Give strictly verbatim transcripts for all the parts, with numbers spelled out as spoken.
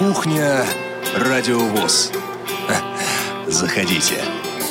Кухня Радиовоз. Заходите.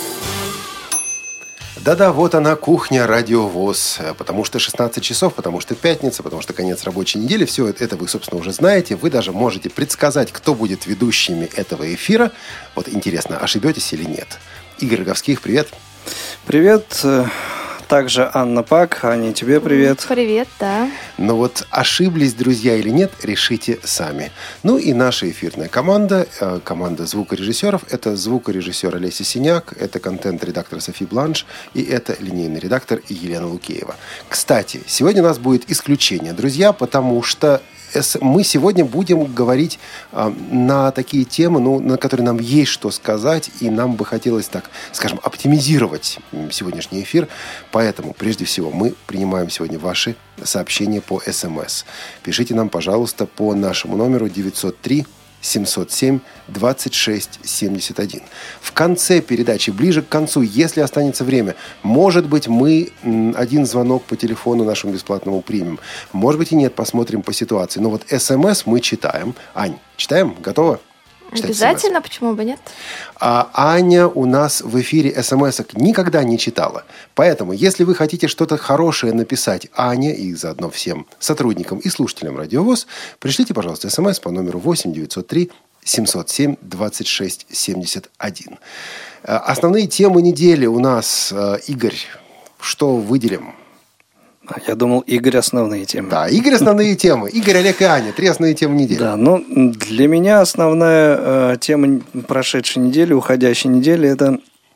Да-да, вот она, кухня Радиовоз. Потому что шестнадцать часов, потому что пятница, потому что конец рабочей недели. Все это вы, собственно, уже знаете. Вы даже можете предсказать, кто будет ведущими этого эфира. Вот интересно, ошибетесь или нет? Игорь Роговских, привет. Привет. Также Анна Пак. Аня, тебе привет. Привет, да. Ну вот, ошиблись, друзья, или нет, решите сами. Ну и наша эфирная команда, команда звукорежиссеров, это звукорежиссер Олеся Синяк, это контент-редактор Софи Бланш и это линейный редактор Елена Лукеева. Кстати, сегодня у нас будет исключение, друзья, потому что мы сегодня будем говорить э, на такие темы, ну, на которые нам есть что сказать, и нам бы хотелось, так скажем, оптимизировать сегодняшний эфир. Поэтому, прежде всего, мы принимаем сегодня ваши сообщения по СМС. Пишите нам, пожалуйста, по нашему номеру девятьсот три семьсот семь двадцать шесть семьдесят один. В конце передачи, ближе к концу, если останется время, может быть, мы один звонок по телефону нашему бесплатному примем. Может быть и нет, посмотрим по ситуации. Но вот СМС мы читаем. Ань, читаем? Готова? Читать обязательно, смс. Почему бы нет? А Аня у нас в эфире смс-ок никогда не читала. Поэтому, если вы хотите что-то хорошее написать Ане и заодно всем сотрудникам и слушателям Радиовоз, пришлите, пожалуйста, смс по номеру восемь девятьсот три семьсот семь двадцать шесть семьдесят один. Основные темы недели у нас, Игорь, что выделим? Я думал, Игорь основные темы. Да, Игорь основные темы. Игорь, Олег и Аня. Три основные темы недели. Да, ну, для меня основная э, тема прошедшей недели, уходящей недели, это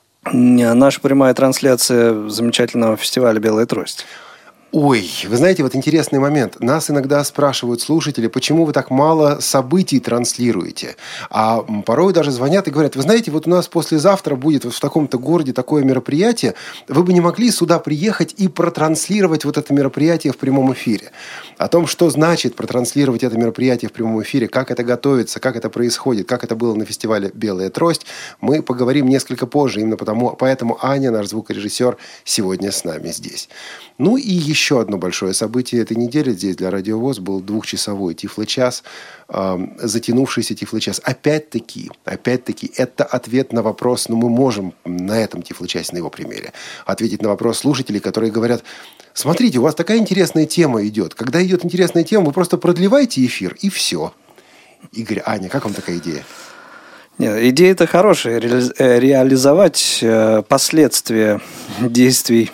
наша прямая трансляция замечательного фестиваля «Белая трость». Ой, вы знаете, вот интересный момент. Нас иногда спрашивают слушатели, почему вы так мало событий транслируете. А порой даже звонят и говорят, вы знаете, вот у нас послезавтра будет вот в таком-то городе такое мероприятие, вы бы не могли сюда приехать и протранслировать вот это мероприятие в прямом эфире. О том, что значит протранслировать это мероприятие в прямом эфире, как это готовится, как это происходит, как это было на фестивале «Белая трость», мы поговорим несколько позже. Именно потому, поэтому Аня, наш звукорежиссер, сегодня с нами здесь. Ну и еще одно большое событие этой недели здесь для Радиовоз был двухчасовой Тифлочас, э, затянувшийся Тифлочас. Опять-таки, опять-таки, это ответ на вопрос, ну мы можем на этом Тифлочасе, на его примере, ответить на вопрос слушателей, которые говорят, смотрите, у вас такая интересная тема идет. Когда идет интересная тема, вы просто продлеваете эфир, и все. Игорь, Аня, как вам такая идея? Нет, идея-то хорошая. Ре- реализовать э, последствия действий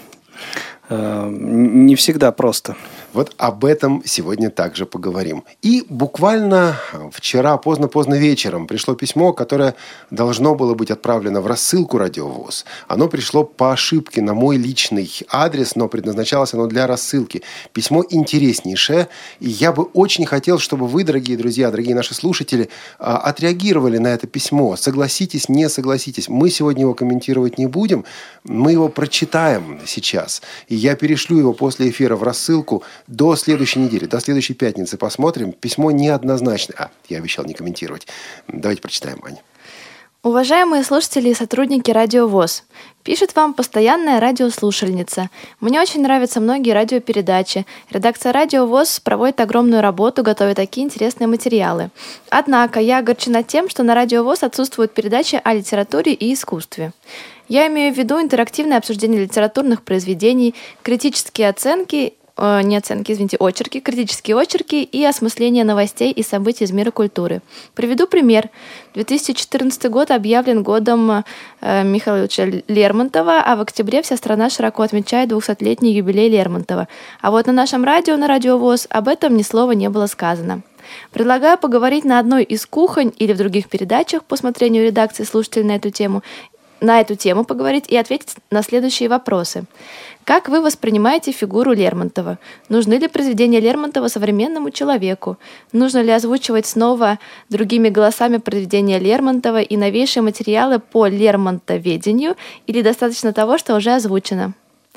не всегда просто. Вот об этом сегодня также поговорим. И буквально вчера поздно-поздно вечером пришло письмо, которое должно было быть отправлено в рассылку Радиовоз. Оно пришло по ошибке на мой личный адрес, но предназначалось оно для рассылки. Письмо интереснейшее, и я бы очень хотел, чтобы вы, дорогие друзья, дорогие наши слушатели, отреагировали на это письмо. Согласитесь, не согласитесь. Мы сегодня его комментировать не будем, мы его прочитаем сейчас. И я перешлю его после эфира в рассылку до следующей недели, до следующей пятницы посмотрим. Письмо неоднозначное. А, я обещал не комментировать. Давайте прочитаем, Аня. Уважаемые слушатели и сотрудники Радиовоз, пишет вам постоянная радиослушательница. Мне очень нравятся многие радиопередачи. Редакция Радиовоз проводит огромную работу, готовит такие интересные материалы. Однако я огорчена тем, что на Радиовоз отсутствуют передачи о литературе и искусстве. Я имею в виду интерактивное обсуждение литературных произведений, критические оценки, э, не оценки, извините, очерки, критические очерки и осмысление новостей и событий из мира культуры. Приведу пример. две тысячи четырнадцатый год объявлен годом э, Михаила Ильича Лермонтова, а в октябре вся страна широко отмечает двухсотлетний юбилей Лермонтова. А вот на нашем радио, на Радиовоз, об этом ни слова не было сказано. Предлагаю поговорить на одной из кухонь или в других передачах по усмотрению редакции слушателей на эту тему, на эту тему поговорить и ответить на следующие вопросы. Как вы воспринимаете фигуру Лермонтова? Нужны ли произведения Лермонтова современному человеку? Нужно ли озвучивать снова другими голосами произведения Лермонтова и новейшие материалы по лермонтоведению или достаточно того, что уже озвучено?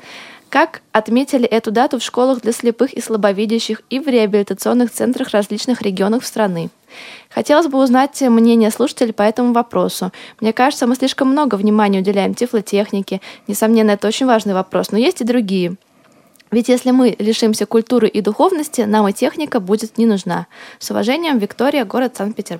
Как отметили эту дату в школах для слепых и слабовидящих и в реабилитационных центрах различных регионов страны? Хотелось бы узнать мнение слушателей по этому вопросу. Мне кажется, мы слишком много внимания уделяем тифлотехнике. Несомненно, это очень важный вопрос, но есть и другие. Ведь если мы лишимся культуры и духовности, нам и техника будет не нужна. С уважением, Виктория, город Санкт-Петербург.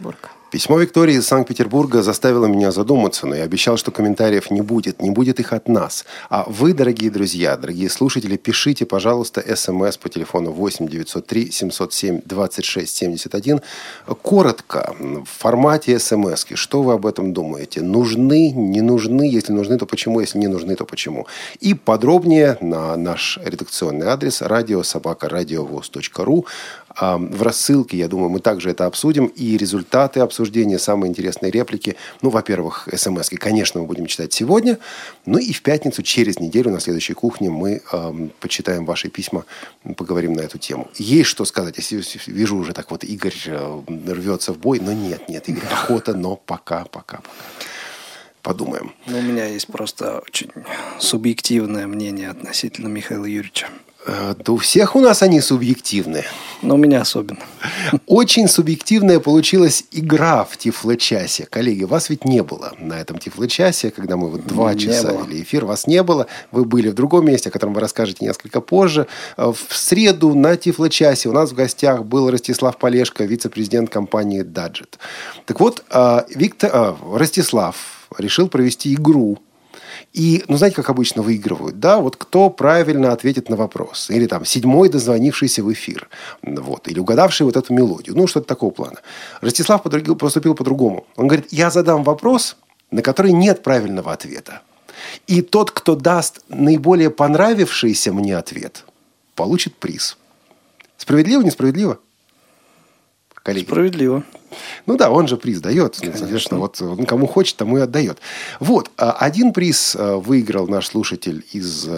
Письмо Виктории из Санкт-Петербурга заставило меня задуматься, но я обещал, что комментариев не будет, не будет их от нас. А вы, дорогие друзья, дорогие слушатели, пишите, пожалуйста, смс по телефону восемь девятьсот три семьсот семь двадцать шесть семьдесят один. Коротко, в формате смс-ки, что вы об этом думаете? Нужны, не нужны? Если нужны, то почему? Если не нужны, то почему? И подробнее на наш редакционный адрес радио собака радиовоз точка ру. В рассылке, я думаю, мы также это обсудим. И результаты обсуждения, самые интересные реплики. Ну, во-первых, смс-ки, конечно, мы будем читать сегодня. Ну и в пятницу, через неделю, на следующей кухне, мы э, почитаем ваши письма, поговорим на эту тему. Есть что сказать. Я вижу уже так вот, Игорь рвется в бой. Но нет, нет, Игорь, охота, но пока, пока, пока. Подумаем. Ну, у меня есть просто очень субъективное мнение относительно Михаила Юрьевича. Да у всех у нас они субъективные. Но у меня особенно. Очень субъективная получилась игра в Тифло-часе. Коллеги, вас ведь не было на этом Тифло-часе, когда мы вот два часа вели эфир. Вас не было. Вы были в другом месте, о котором вы расскажете несколько позже. В среду на Тифло-часе у нас в гостях был Ростислав Полешко, вице-президент компании Даджет. Так вот, Виктор, Ростислав решил провести игру. И, ну, знаете, как обычно выигрывают, да? Вот кто правильно ответит на вопрос. Или там седьмой дозвонившийся в эфир. Вот. Или угадавший вот эту мелодию. Ну, что-то такого плана. Ростислав поступил по-другому. Он говорит, я задам вопрос, на который нет правильного ответа. И тот, кто даст наиболее понравившийся мне ответ, получит приз. Справедливо, несправедливо? Коллеги? Справедливо. Ну да, он же приз дает. Соответственно, вот он кому хочет, тому и отдает. Вот. Один приз выиграл наш слушатель из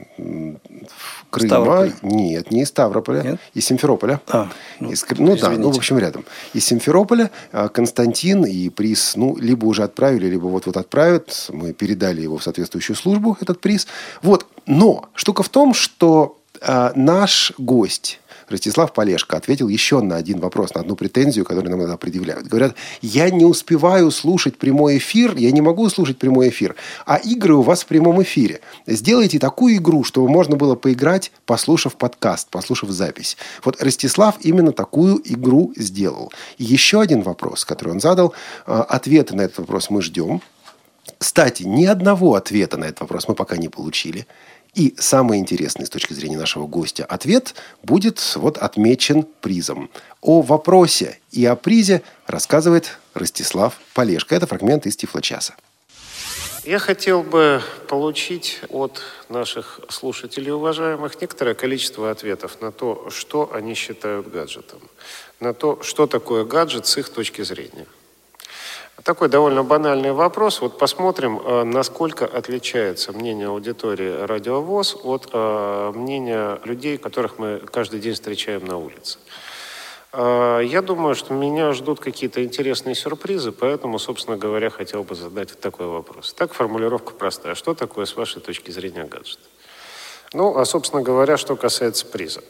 Крыма. Ставрополя? Нет, не из Ставрополя. Нет? Из Симферополя. А, ну, из, ну да, извините. ну в общем рядом. Из Симферополя Константин, и приз, ну, либо уже отправили, либо вот-вот отправят. Мы передали его в соответствующую службу, этот приз. Вот. Но штука в том, что а, наш гость Ростислав Полешко ответил еще на один вопрос, на одну претензию, которую нам иногда предъявляют. Говорят, я не успеваю слушать прямой эфир, я не могу слушать прямой эфир, а игры у вас в прямом эфире. Сделайте такую игру, чтобы можно было поиграть, послушав подкаст, послушав запись. Вот Ростислав именно такую игру сделал. И еще один вопрос, который он задал, ответы на этот вопрос мы ждем. Кстати, ни одного ответа на этот вопрос мы пока не получили. И самый интересный с точки зрения нашего гостя ответ будет вот отмечен призом. О вопросе и о призе рассказывает Ростислав Полешко. Это фрагмент из Тифло-часа. Я хотел бы получить от наших слушателей уважаемых некоторое количество ответов на то, что они считают гаджетом, на то, что такое гаджет с их точки зрения. Такой довольно банальный вопрос. Вот посмотрим, насколько отличается мнение аудитории Радио ВОС от э, мнения людей, которых мы каждый день встречаем на улице. Э, я думаю, что меня ждут какие-то интересные сюрпризы, поэтому, собственно говоря, хотел бы задать вот такой вопрос. Так, формулировка простая. Что такое, с вашей точки зрения, гаджет? Ну, а, собственно говоря, что касается приза.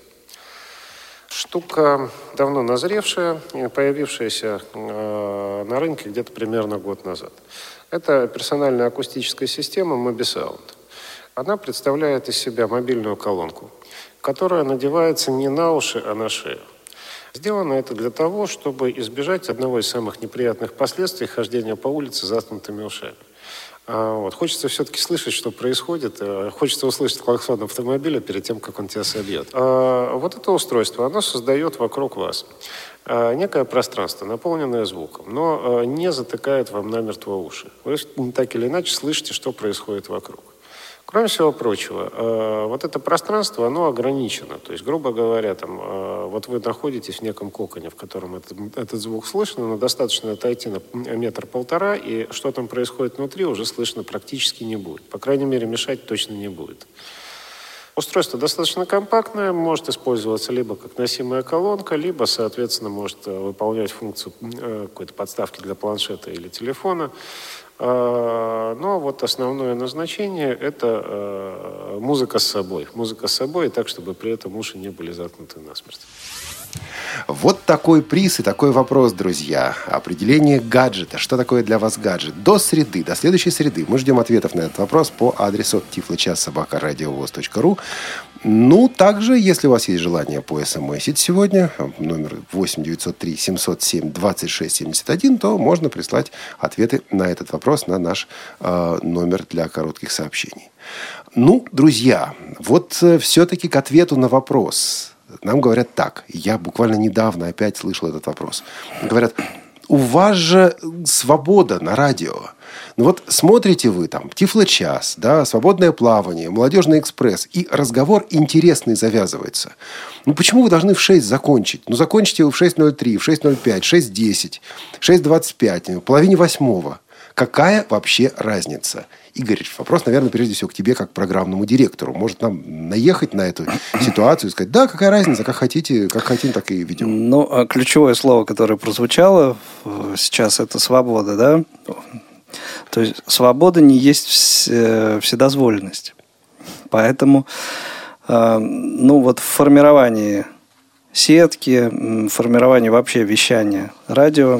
Штука давно назревшая, появившаяся э, на рынке где-то примерно год назад. Это персональная акустическая система MobiSound. Она представляет из себя мобильную колонку, которая надевается не на уши, а на шею. Сделано это для того, чтобы избежать одного из самых неприятных последствий хождения по улице с заткнутыми ушами. Вот. Хочется все-таки слышать, что происходит. Хочется услышать клаксон автомобиля перед тем, как он тебя собьет. Вот это устройство, оно создает вокруг вас некое пространство, наполненное звуком, но не затыкает вам намертво уши. Вы так или иначе слышите, что происходит вокруг. Кроме всего прочего, вот это пространство, оно ограничено. То есть, грубо говоря, там, вот вы находитесь в неком коконе, в котором этот, этот звук слышно, но достаточно отойти на метр-полтора, и что там происходит внутри, уже слышно практически не будет. По крайней мере, мешать точно не будет. Устройство достаточно компактное, может использоваться либо как носимая колонка, либо, соответственно, может выполнять функцию какой-то подставки для планшета или телефона. Но вот основное назначение – это музыка с собой. Музыка с собой, и так, чтобы при этом уши не были заткнуты насмерть. Вот такой приз и такой вопрос, друзья. Определение гаджета. Что такое для вас гаджет? До среды, до следующей среды мы ждем ответов на этот вопрос по адресу тифлочас собака радиовоз точка ру. Ну, также, если у вас есть желание по-смсить сегодня, номер восемь девятьсот три семьсот семь двадцать шесть семьдесят один, то можно прислать ответы на этот вопрос на наш э, номер для коротких сообщений. Ну, друзья, вот э, все-таки к ответу на вопрос. Нам говорят так. Я буквально недавно опять слышал этот вопрос. Говорят, у вас же свобода на радио. Ну вот смотрите вы там Тифлочас, да, Свободное плавание, Молодежный экспресс, и разговор интересный завязывается. Ну почему вы должны в шесть закончить? Ну закончите вы в шесть ноль три, в шесть ноль пять, шесть десять, шесть двадцать пять, в половине восьмого. Какая вообще разница? Игорь, вопрос, наверное, прежде всего к тебе, как программному директору. Может нам наехать на эту ситуацию и сказать, да, какая разница, как хотите, как хотим, так и ведем. Ну, ключевое слово, которое прозвучало сейчас, это свобода, да? То есть свобода не есть вседозволенность. Поэтому, ну вот в формировании сетки, в формировании вообще вещания радио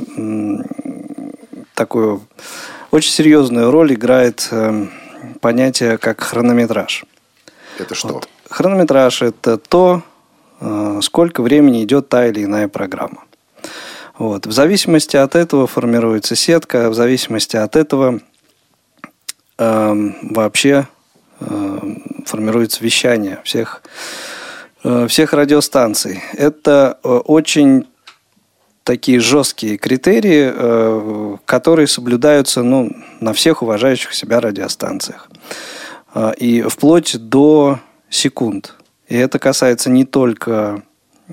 такую очень серьезную роль играет понятие как хронометраж. Это что? Вот. Хронометраж – это то, сколько времени идет та или иная программа. Вот. В зависимости от этого формируется сетка, в зависимости от этого э, вообще э, формируется вещание всех, э, всех радиостанций. Это э, очень такие жесткие критерии, э, которые соблюдаются ну, на всех уважающих себя радиостанциях. Э, и вплоть до секунд. И это касается не только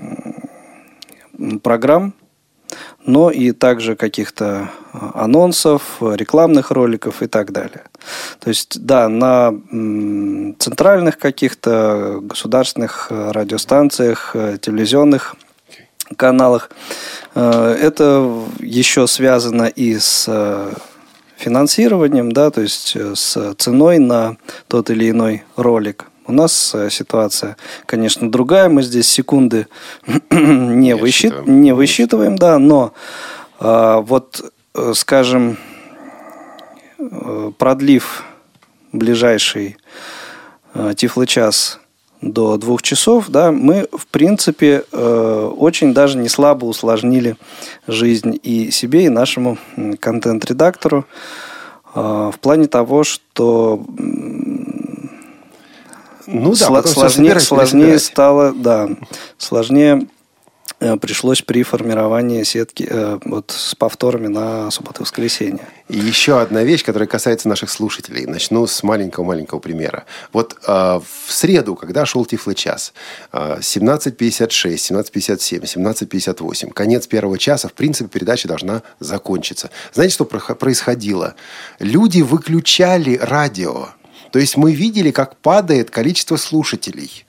программ, но и также каких-то анонсов, рекламных роликов и так далее. То есть, да, на центральных каких-то государственных радиостанциях, телевизионных каналах это еще связано и с финансированием, да, то есть с ценой на тот или иной ролик. У нас ситуация, конечно, другая. Мы здесь секунды не, высчит... не высчитываем, да, но э, вот, скажем, продлив ближайший э, Тифлочас до двух часов, да, мы, в принципе, э, очень даже не слабо усложнили жизнь и себе, и нашему контент-редактору э, в плане того, что Ну, да, Сло- сложнее сложнее стало, да, сложнее э, пришлось при формировании сетки э, вот, с повторами на субботу и воскресенье. И еще одна вещь, которая касается наших слушателей. Начну с маленького-маленького примера. Вот э, в среду, когда шел Тифлочас, э, семнадцать пятьдесят шесть, семнадцать пятьдесят семь, семнадцать пятьдесят восемь, конец первого часа, в принципе, передача должна закончиться. Знаете, что происходило? Люди выключали радио. То есть мы видели, как падает количество слушателей.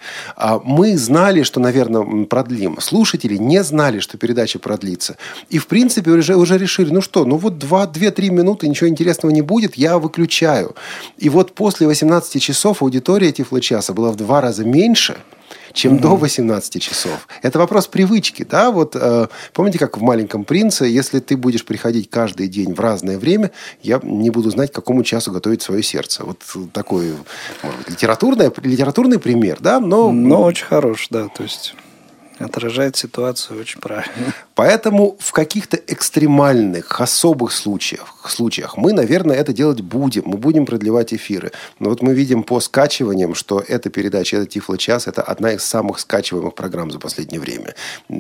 Мы знали, что, наверное, продлим. Слушатели не знали, что передача продлится. И, в принципе, уже, уже решили, ну что, ну вот две-три минуты, ничего интересного не будет, я выключаю. И вот после восемнадцати часов аудитория Тифлочаса была в два раза меньше, чем mm-hmm. до восемнадцати часов. Это вопрос привычки, да? Вот э, помните, как в «Маленьком принце», если ты будешь приходить каждый день в разное время, я не буду знать, к какому часу готовить свое сердце. Вот такой, может быть, литературный, литературный пример, да? Но, Но очень хорош, да, то есть отражает ситуацию очень правильно. Поэтому в каких-то экстремальных, особых случаях, случаях мы, наверное, это делать будем. Мы будем продлевать эфиры. Но вот мы видим по скачиваниям, что эта передача, это Тифлочас, это одна из самых скачиваемых программ за последнее время.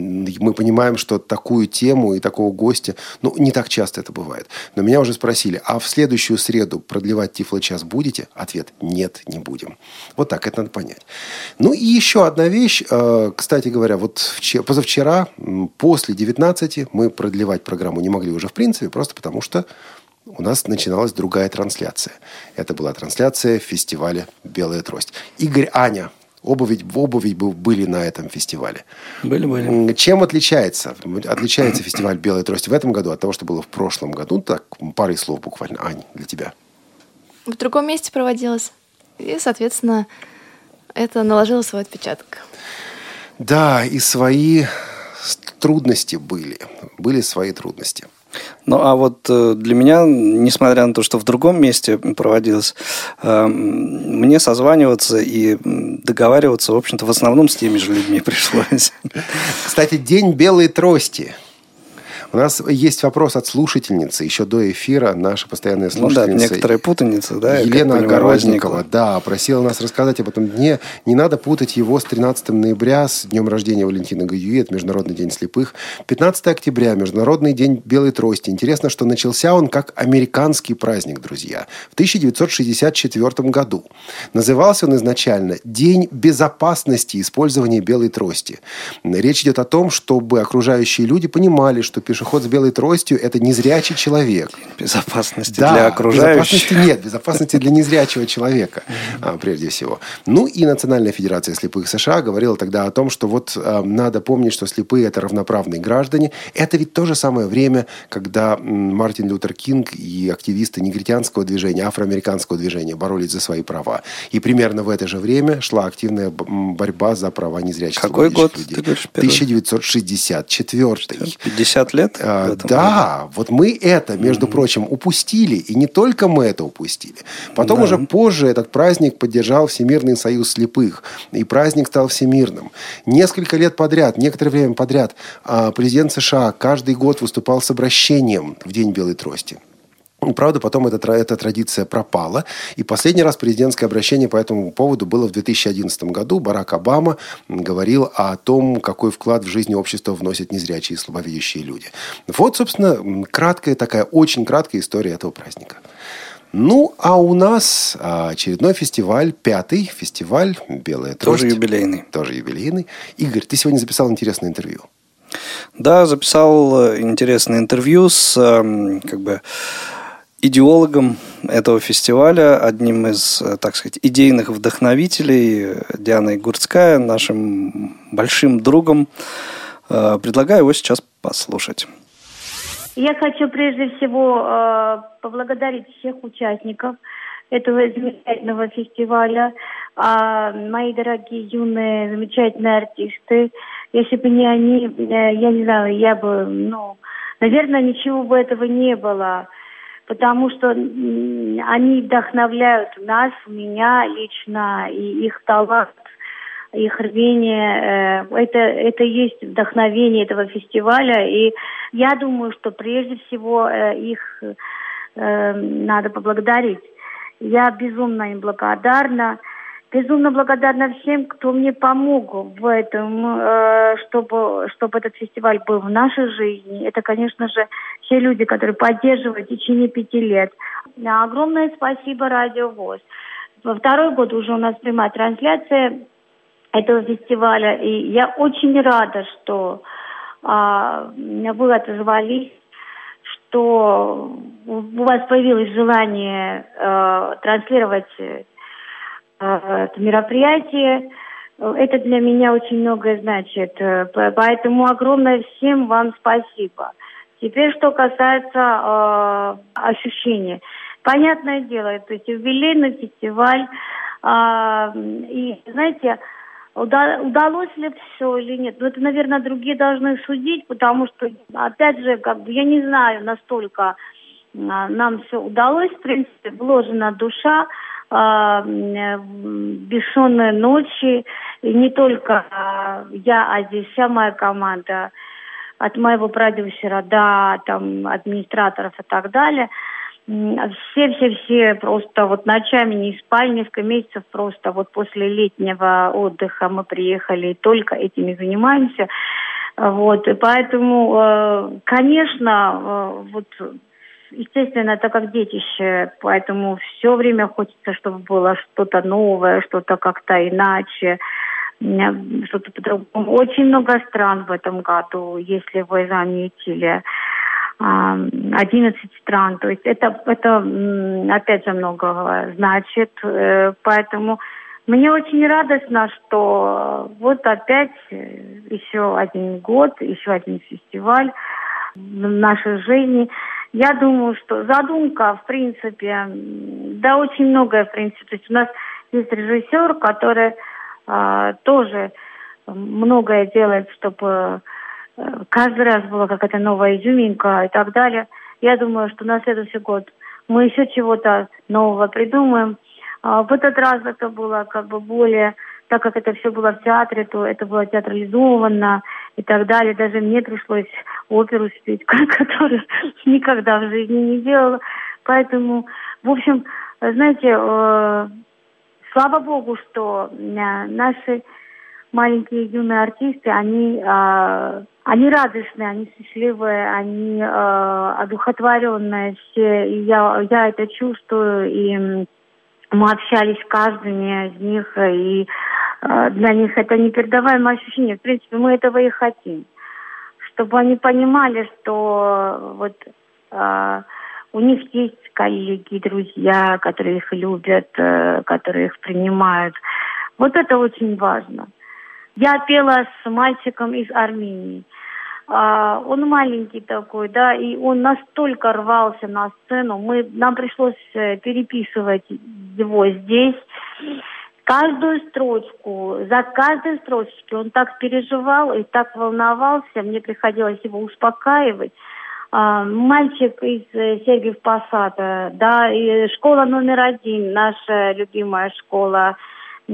Мы понимаем, что такую тему и такого гостя, ну, не так часто это бывает. Но меня уже спросили, а в следующую среду продлевать Тифлочас будете? Ответ – нет, не будем. Вот так это надо понять. Ну, и еще одна вещь, кстати говоря, вот позавчера, после девятнадцати, мы продлевать программу не могли уже в принципе, просто потому что у нас начиналась другая трансляция. Это была трансляция фестиваля «Белая трость». Игорь, Аня, оба ведь, оба ведь были на этом фестивале. Были, были. Чем отличается? Отличается фестиваль «Белая трость» в этом году от того, что было в прошлом году? Так, парой слов буквально. Ань, для тебя. В другом месте проводилось. И, соответственно, это наложило свой отпечаток. Да, и свои трудности были. Были свои трудности. Ну, а вот для меня, несмотря на то, что в другом месте проводилось, мне созваниваться и договариваться, в общем-то, в основном с теми же людьми пришлось. Кстати, День белой трости. У нас есть вопрос от слушательницы. Еще до эфира наша постоянная слушательница... Ну да, некоторая путаница, да? Елена Огородникова, да, просила нас рассказать об этом дне. Не надо путать его с тринадцатым ноября, с днем рождения Валентина Гаюи, это Международный день слепых. пятнадцатого октября, Международный день белой трости. Интересно, что начался он как американский праздник, друзья, в тысяча девятьсот шестьдесят четвёртом году. Назывался он изначально День безопасности использования белой трости. Речь идет о том, чтобы окружающие люди понимали, что пешеход Пешеход с белой тростью – это незрячий человек. Безопасности да, для окружающих. Безопасности нет. Безопасности для незрячего человека, прежде всего. Ну и Национальная федерация слепых США говорила тогда о том, что вот э, надо помнить, что слепые – это равноправные граждане. Это ведь то же самое время, когда Мартин Лютер Кинг и активисты негритянского движения, афроамериканского движения боролись за свои права. И примерно в это же время шла активная борьба за права незрячих Какой год, людей. ты говоришь, тысяча девятьсот шестьдесят четвёртый. пятьдесят лет? А, да, году. Вот мы это, между mm-hmm. прочим, упустили. И не только мы это упустили. Потом да. уже позже этот праздник поддержал Всемирный союз слепых. И праздник стал всемирным. Несколько лет подряд, некоторое время подряд, президент США каждый год выступал с обращением в День белой трости. Правда, потом эта, эта традиция пропала. И последний раз президентское обращение по этому поводу было в две тысячи одиннадцатом году. Барак Обама говорил о том, какой вклад в жизнь общества вносят незрячие и слабовидящие люди. Вот, собственно, краткая такая, очень краткая история этого праздника. Ну, а у нас очередной фестиваль, пятый фестиваль «Белая трость». Тоже юбилейный. Тоже юбилейный. Игорь, ты сегодня записал интересное интервью. Да, записал интересное интервью с, как бы, идеологом этого фестиваля, одним из, так сказать, идейных вдохновителей, Дианой Гурцкая, нашим большим другом. Предлагаю его сейчас послушать. Я хочу прежде всего поблагодарить всех участников этого замечательного фестиваля, мои дорогие юные замечательные артисты. Если бы не они, я не знаю, я бы, ну, наверное, ничего бы этого не было. Потому что они вдохновляют нас, меня лично, и их талант, их рвение. Это, это есть вдохновение этого фестиваля. И я думаю, что прежде всего их надо поблагодарить. Я безумно им благодарна. Безумно благодарна всем, кто мне помог в этом, чтобы, чтобы этот фестиваль был в нашей жизни. Это, конечно же, все люди, которые поддерживают в течение пяти лет. Огромное спасибо Радио ВОС. Во второй год уже у нас прямая трансляция этого фестиваля. И я очень рада, что а, вы отозвались, что у вас появилось желание а, транслировать это мероприятие. Это для меня очень многое значит. Поэтому огромное всем вам спасибо. Теперь, что касается э, ощущений. Понятное дело, то есть юбилейный фестиваль. Э, и, знаете, уда- удалось ли все или нет? Ну, это, наверное, другие должны судить, потому что, опять же, как бы, я не знаю, настолько э, нам все удалось. В принципе, вложена душа, бессонные ночи, и не только я, а здесь вся моя команда, от моего продюсера до там администраторов и так далее. Все-все-все просто вот ночами не спали, несколько месяцев просто вот после летнего отдыха мы приехали и только этим и занимаемся. Вот, и поэтому, конечно, вот естественно, это как детище, поэтому все время хочется, чтобы было что-то новое, что-то как-то иначе, что-то по-другому. Очень много стран в этом году, если вы заметили, одиннадцать стран, то есть это, это опять же много значит, поэтому мне очень радостно, что вот опять еще один год, еще один фестиваль в нашей жизни. Я думаю, что задумка, в принципе, да, очень многое, в принципе. То есть у нас есть режиссер, который э, тоже многое делает, чтобы каждый раз была какая-то новая изюминка и так далее. Я думаю, что на следующий год мы еще чего-то нового придумаем. А в этот раз это было как бы более, так как это все было в театре, то это было театрализовано и так далее. Даже мне пришлось оперу спеть, которую никогда в жизни не делала. Поэтому, в общем, знаете, э, слава богу, что э, наши маленькие юные артисты, они, э, они радостные, они счастливые, они э, одухотворенные все. И я, я это чувствую, и мы общались с каждым из них, и э, для них это непередаваемое ощущение. В принципе, мы этого и хотим. Чтобы они понимали, что вот э, у них есть коллеги, друзья, которые их любят, э, которые их принимают. Вот это очень важно. Я пела с мальчиком из Армении. А, он маленький такой, да, и он настолько рвался на сцену. Мы, нам пришлось переписывать его здесь. Каждую строчку, за каждой строчкой он так переживал и так волновался. Мне приходилось его успокаивать. А, мальчик из Сергиев Посада, да, и школа номер один, наша любимая школа в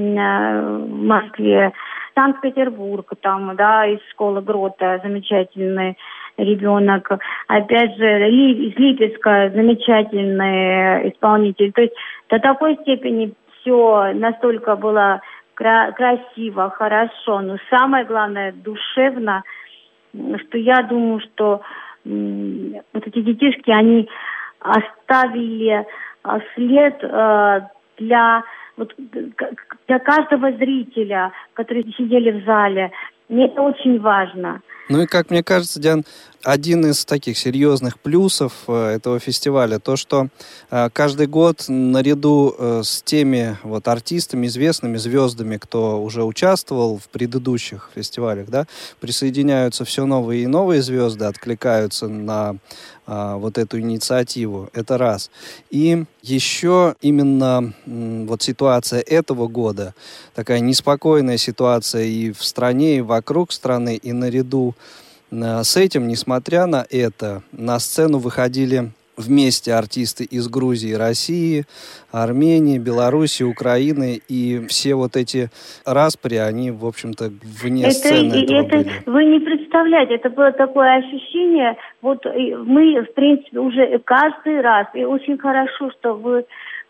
Москве. Санкт-Петербург, там, да, из школы Грота, замечательный ребенок. Опять же, Ли, из Липецка замечательный исполнитель. То есть до такой степени все настолько было кра- красиво, хорошо, но самое главное, душевно, что я думаю, что м- вот эти детишки, они оставили а, след а, для... Вот для каждого зрителя, которые сидели в зале, мне это очень важно. Ну и, как мне кажется, Диан, один из таких серьезных плюсов этого фестиваля, то, что каждый год наряду с теми вот артистами, известными звездами, кто уже участвовал в предыдущих фестивалях, да, присоединяются все новые и новые звезды, откликаются на а, вот эту инициативу. Это раз. И еще именно м, вот ситуация этого года, такая неспокойная ситуация и в стране, и вокруг страны, и наряду с этим, несмотря на это, на сцену выходили вместе артисты из Грузии, России, Армении, Белоруссии, Украины, и все вот эти распри, они, в общем-то, вне это, сцены этого это, были. Вы не представляете, это было такое ощущение, вот мы, в принципе, уже каждый раз, и очень хорошо, что вы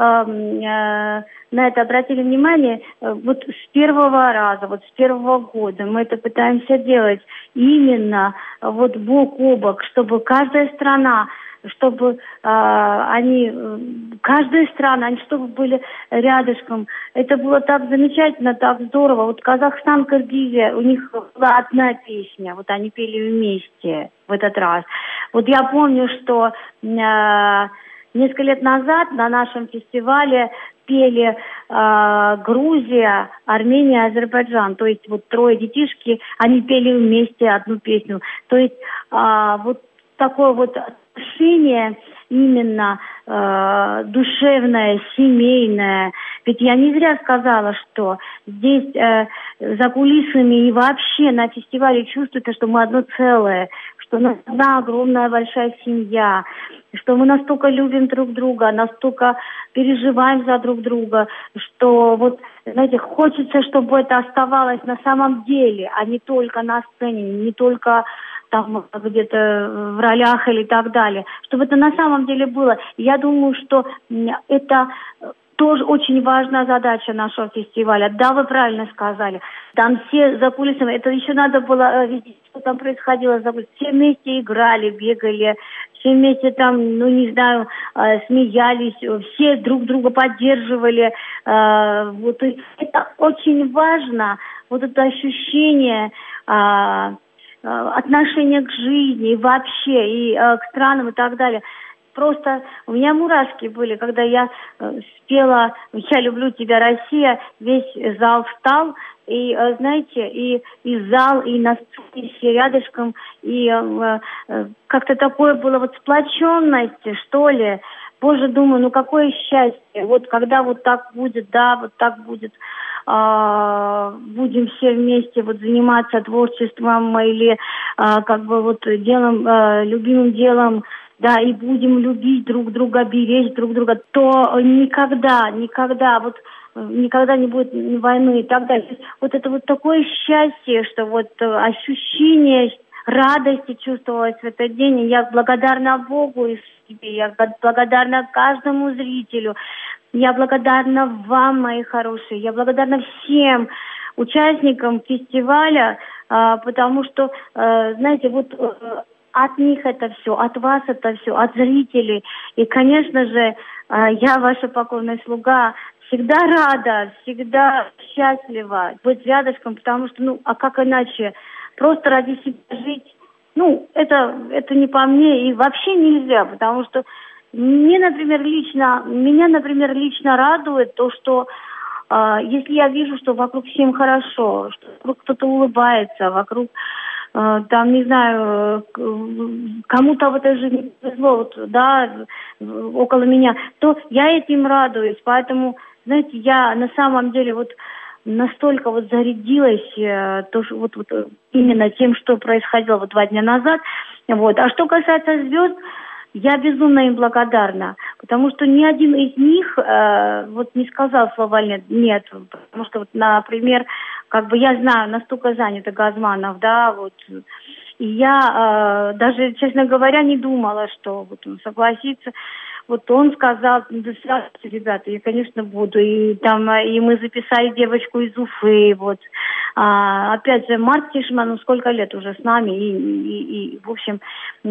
на это обратили внимание, вот с первого раза, вот с первого года мы это пытаемся делать именно вот бок о бок, чтобы каждая страна, чтобы э, они, каждая страна, они чтобы были рядышком. Это было так замечательно, так здорово. Вот Казахстан, Кыргызия, у них была одна песня, вот они пели вместе в этот раз. Вот я помню, что э, несколько лет назад на нашем фестивале пели э, Грузия, Армения, Азербайджан. То есть вот трое детишки, они пели вместе одну песню. То есть э, вот такое вот отношение именно э, душевное, семейное. Ведь я не зря сказала, что здесь э, за кулисами и вообще на фестивале чувствуется, что мы одно целое, что у нас одна огромная большая семья, что мы настолько любим друг друга, настолько переживаем за друг друга, что вот, знаете, хочется, чтобы это оставалось на самом деле, а не только на сцене, не только там где-то в ролях или так далее, чтобы это на самом деле было. Я думаю, что это тоже очень важная задача нашего фестиваля. Да, вы правильно сказали. Там все за кулисами, это еще надо было видеть, что там происходило за кулисами. Все вместе играли, бегали, все вместе там, ну не знаю, смеялись, все друг друга поддерживали. Вот это очень важно, вот это ощущение отношение к жизни и вообще, и э, к странам и так далее. Просто у меня мурашки были, когда я э, спела «Я люблю тебя, Россия», весь зал встал, и, э, знаете, и, и зал, и на сцене все рядышком, и э, э, как-то такое было вот сплоченность, что ли. Боже, думаю, ну какое счастье, вот когда вот так будет, да, вот так будет. э, будем все вместе вот заниматься творчеством или э, как бы вот делом, э, любимым делом, да, и будем любить друг друга, беречь друг друга, то никогда, никогда, вот никогда не будет войны и так далее. Вот это вот такое счастье, что вот ощущение радости чувствовалось в этот день. И я благодарна Богу и себе, я благодарна каждому зрителю, я благодарна вам, мои хорошие, я благодарна всем участникам фестиваля, потому что, знаете, вот от них это все, от вас это все, от зрителей. И, конечно же, я, ваша покорная слуга, всегда рада, всегда счастлива быть рядышком, потому что, ну, а как иначе? Просто ради себя жить, ну, это, это не по мне и вообще нельзя, потому что мне, например, лично, меня, например, лично радует то, что э, если я вижу, что вокруг всем хорошо, что вокруг кто-то улыбается, вокруг там, не знаю, кому-то в этой жизни повезло, вот, да, около меня, то я этим радуюсь. Поэтому, знаете, я на самом деле вот настолько вот зарядилась то, что вот, вот именно тем, что происходило вот два дня назад. Вот. А что касается звезд, я безумно им благодарна, потому что ни один из них э, вот не сказал слова нет, нет, потому что, вот, например, как бы я знаю, настолько занято Газманов, да, вот, и я э, даже, честно говоря, не думала, что вот он согласится. Вот он сказал, да, здравствуйте, ребята, я, конечно, буду. И там, и мы записали девочку из Уфы, вот. А, опять же, Марк Тишман, ну, сколько лет уже с нами, и, и, и в общем,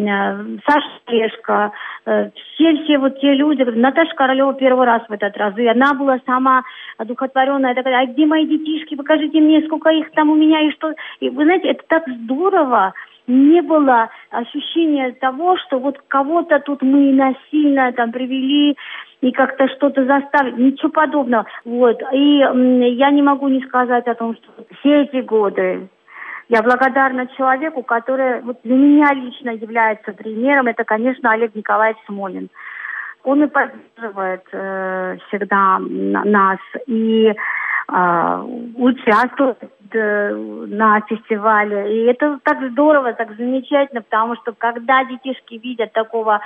Саша Лешко, все-все вот те люди, Наташа Королева первый раз в этот раз, и она была сама одухотворенная, такая, а где мои детишки, покажите мне, сколько их там у меня, и что. И вы знаете, это так здорово. Не было ощущения того, что вот кого-то тут мы насильно там привели и как-то что-то заставили. Ничего подобного. Вот. И м, я не могу не сказать о том, что все эти годы я благодарна человеку, который вот для меня лично является примером. Это, конечно, Олег Николаевич Смолин. Он и поддерживает э, всегда нас и э, участвует на фестивале. И это так здорово, так замечательно, потому что когда детишки видят такого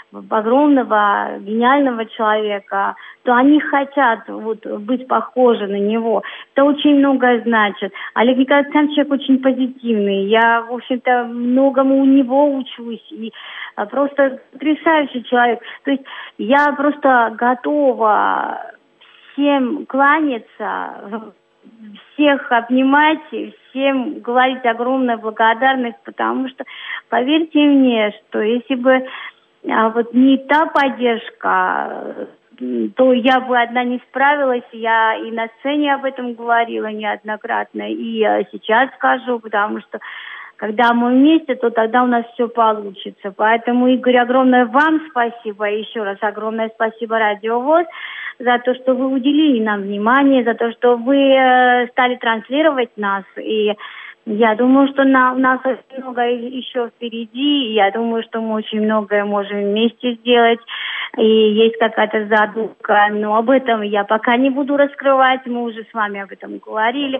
огромного, гениального человека, то они хотят вот быть похожи на него. Это очень многое значит. Олег Николаевич сам человек очень позитивный. Я, в общем-то, многому у него учусь. И просто потрясающий человек. То есть я просто готова всем кланяться, всех обнимать, всем говорить огромная благодарность, потому что, поверьте мне, что если бы а, вот не та поддержка, то я бы одна не справилась. Я и на сцене об этом говорила неоднократно, и сейчас скажу, потому что когда мы вместе, то тогда у нас все получится. Поэтому, Игорь, огромное вам спасибо, еще раз огромное спасибо Радио ВОС за то, что вы уделили нам внимание, за то, что вы э, стали транслировать нас. И я думаю, что на, у нас очень много еще впереди. И я думаю, что мы очень многое можем вместе сделать. И есть какая-то задумка. Но об этом я пока не буду раскрывать. Мы уже с вами об этом говорили.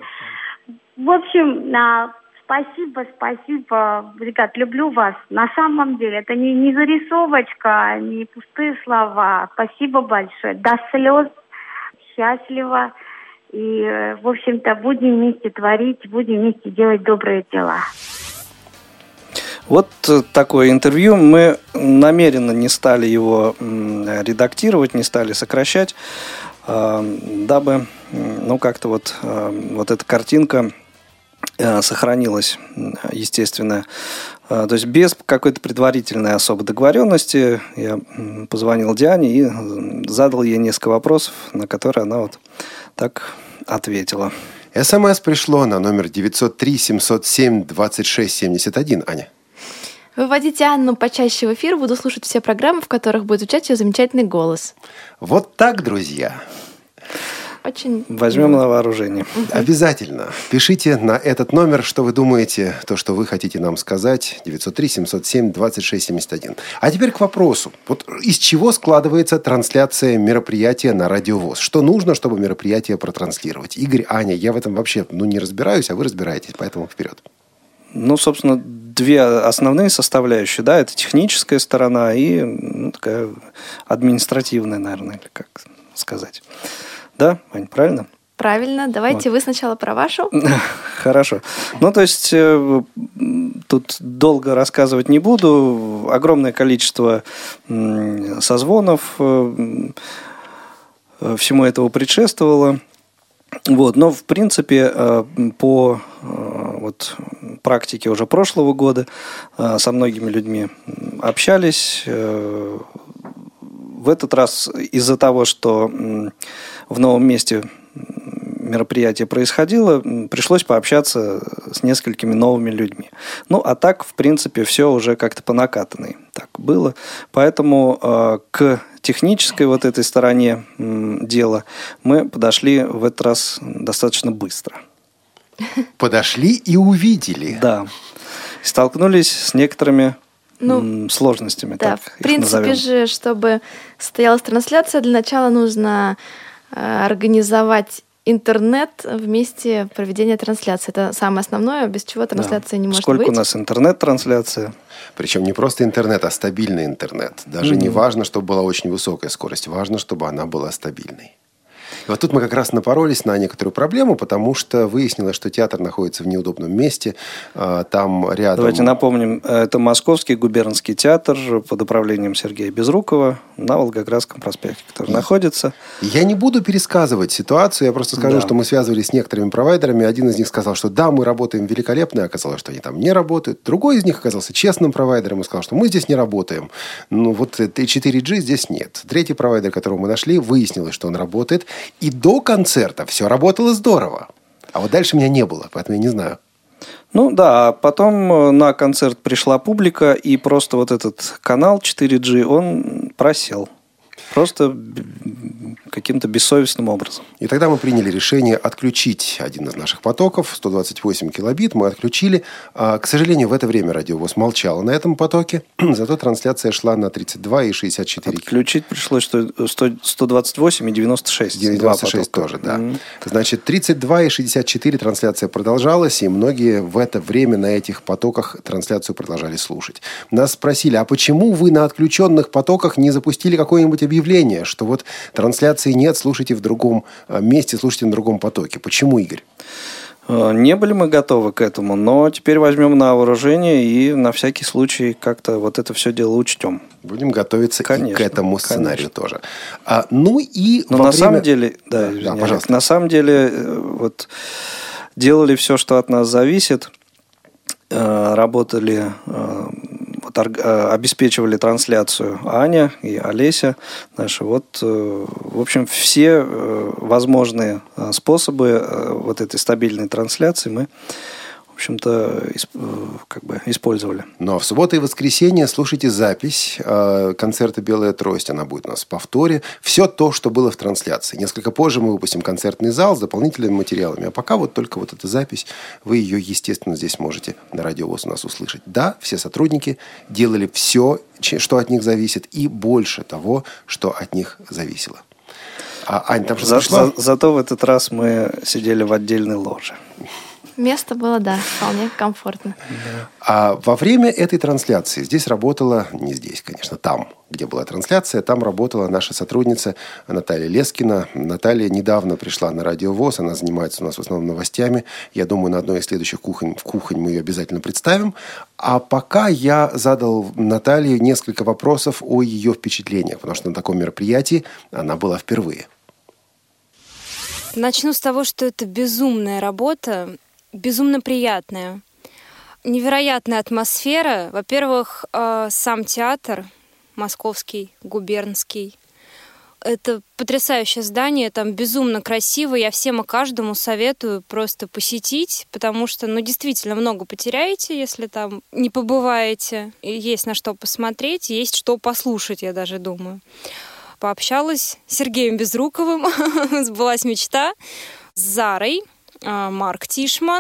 В общем, на... Спасибо, спасибо, ребят, люблю вас. На самом деле, это не, не зарисовочка, не пустые слова. Спасибо большое. До слез, счастливо. И, в общем-то, будем вместе творить, будем вместе делать добрые дела. Вот такое интервью. Мы намеренно не стали его редактировать, не стали сокращать, дабы, ну, как-то вот, вот эта картинка сохранилась, естественно. То есть без какой-то предварительной особой договоренности я позвонил Диане и задал ей несколько вопросов, на которые она вот так ответила. СМС пришло на номер девятьсот три семьсот семь двадцать шесть семьдесят один. Аня. Выводите Анну почаще в эфир, буду слушать все программы, в которых будет звучать ее замечательный голос. Вот так, друзья. Очень... Возьмем на вооружение. Обязательно. Пишите на этот номер, что вы думаете, то, что вы хотите нам сказать. девятьсот три семьсот семь двадцать шесть семьдесят один. А теперь к вопросу. Вот из чего складывается трансляция мероприятия на Радио ВОС? Что нужно, чтобы мероприятие протранслировать? Игорь, Аня, я в этом вообще ну, не разбираюсь, а вы разбираетесь, поэтому вперед. Ну, собственно, две основные составляющие. Да, это техническая сторона и ну, такая административная, наверное, или как сказать. Да, Ань, правильно? Правильно. Давайте вот. Вы сначала про вашу. Хорошо. Ну, то есть, э, тут долго рассказывать не буду. Огромное количество э, созвонов э, всему этому предшествовало. Вот. Но, в принципе, э, по э, вот, практике уже прошлого года э, со многими людьми общались. Э, в этот раз из-за того, что э, в новом месте мероприятие происходило, пришлось пообщаться с несколькими новыми людьми. Ну, а так, в принципе, все уже как-то по накатанной так было. Поэтому э, к технической вот этой стороне э, дела мы подошли в этот раз достаточно быстро. Подошли и увидели. Да. Столкнулись с некоторыми Ну, сложностями. Да, так в принципе назовем. же, чтобы состоялась трансляция, для начала нужно э, организовать интернет в месте проведения трансляции. Это самое основное, без чего трансляция да. не может Сколько быть. у нас интернет-трансляция? Причем не просто интернет, а стабильный интернет. Даже mm-hmm. не важно, чтобы была очень высокая скорость. Важно, чтобы она была стабильной. И вот тут мы как раз напоролись на некоторую проблему, потому что выяснилось, что театр находится в неудобном месте. Там рядом... Давайте напомним, это Московский губернский театр под управлением Сергея Безрукова на Волгоградском проспекте, который и... находится. Я не буду пересказывать ситуацию, я просто скажу, да. что мы связывались с некоторыми провайдерами. Один из них сказал, что да, мы работаем великолепно, и оказалось, что они там не работают. Другой из них оказался честным провайдером и сказал, что мы здесь не работаем. Ну вот четыре джи здесь нет. Третий провайдер, которого мы нашли, выяснилось, что он работает. И до концерта все работало здорово. А вот дальше меня не было, поэтому я не знаю. Ну да, потом на концерт пришла публика, и просто вот этот канал четыре джи, он просел. Просто каким-то бессовестным образом. И тогда мы приняли решение отключить один из наших потоков, сто двадцать восемь килобит, мы отключили. К сожалению, в это время Радио ВОС молчало на этом потоке, зато трансляция шла на тридцать два и шестьдесят четыре. Отключить пришлось сто двадцать восемь и девяносто шесть. девяносто шесть тоже, да. Mm-hmm. Значит, тридцать два и шестьдесят четыре трансляция продолжалась, и многие в это время на этих потоках трансляцию продолжали слушать. Нас спросили, а почему вы на отключенных потоках не запустили какое-нибудь объявление, что вот трансляции нет, слушайте в другом месте, слушайте на другом потоке. Почему, Игорь? Не были мы готовы к этому, но теперь возьмем на вооружение и на всякий случай как-то вот это все дело учтем. Будем готовиться конечно, и к этому сценарию конечно. тоже. А, ну и но во на время... самом деле, да, да, да, пожалуйста. На самом деле вот делали все, что от нас зависит, работали, вот, обеспечивали трансляцию Аня и Олеся наши. Вот, в общем, все возможные способы вот этой стабильной трансляции мы, в общем-то, как бы использовали. Ну, а в субботу и воскресенье слушайте запись концерта «Белая трость». Она будет у нас в повторе. Все то, что было в трансляции. Несколько позже мы выпустим концертный зал с дополнительными материалами. А пока вот только вот эта запись. Вы ее, естественно, здесь можете на Радио ВОС у нас услышать. Да, все сотрудники делали все, что от них зависит, и больше того, что от них зависело. А, Ань, там что-то за, за, Зато в этот раз мы сидели в отдельной ложе. Место было, да, вполне комфортно. Да. А во время этой трансляции здесь работала, не здесь, конечно, там, где была трансляция, там работала наша сотрудница Наталья Лескина. Наталья недавно пришла на Радио ВОС, она занимается у нас в основном новостями. Я думаю, на одной из следующих кухонь, в кухонь мы ее обязательно представим. А пока я задал Наталье несколько вопросов о ее впечатлениях, потому что на таком мероприятии она была впервые. Начну с того, что это безумная работа. Безумно приятная. Невероятная атмосфера. Во-первых, сам театр, Московский, губернский. Это потрясающее здание, там безумно красиво. Я всем и каждому советую просто посетить, потому что, ну, действительно много потеряете, если там не побываете. И есть на что посмотреть, есть что послушать, я даже думаю. Пообщалась с Сергеем Безруковым, сбылась мечта, с Зарой, Марк Тишман,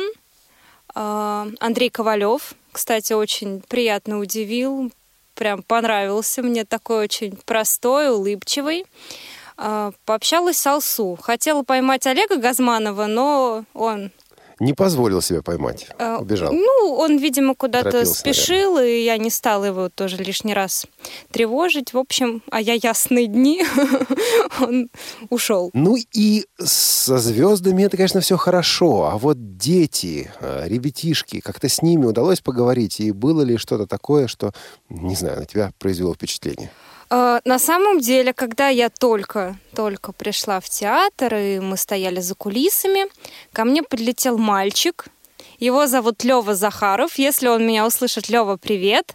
Андрей Ковалев, кстати, очень приятно удивил, прям понравился мне, такой очень простой, улыбчивый. Пообщалась с Алсу. Хотела поймать Олега Газманова, но он... Не позволил себя поймать, убежал. Ну, он, видимо, куда-то Торопился, спешил, наверное. И я не стала его тоже лишний раз тревожить. В общем, а я ясные дни, он ушел. Ну и со звездами это, конечно, все хорошо. А вот дети, ребятишки, как-то с ними удалось поговорить? И было ли что-то такое, что, не знаю, на тебя произвело впечатление? На самом деле, когда я только-только пришла в театр, и мы стояли за кулисами, ко мне подлетел мальчик. Его зовут Лёва Захаров. Если он меня услышит, Лёва, привет.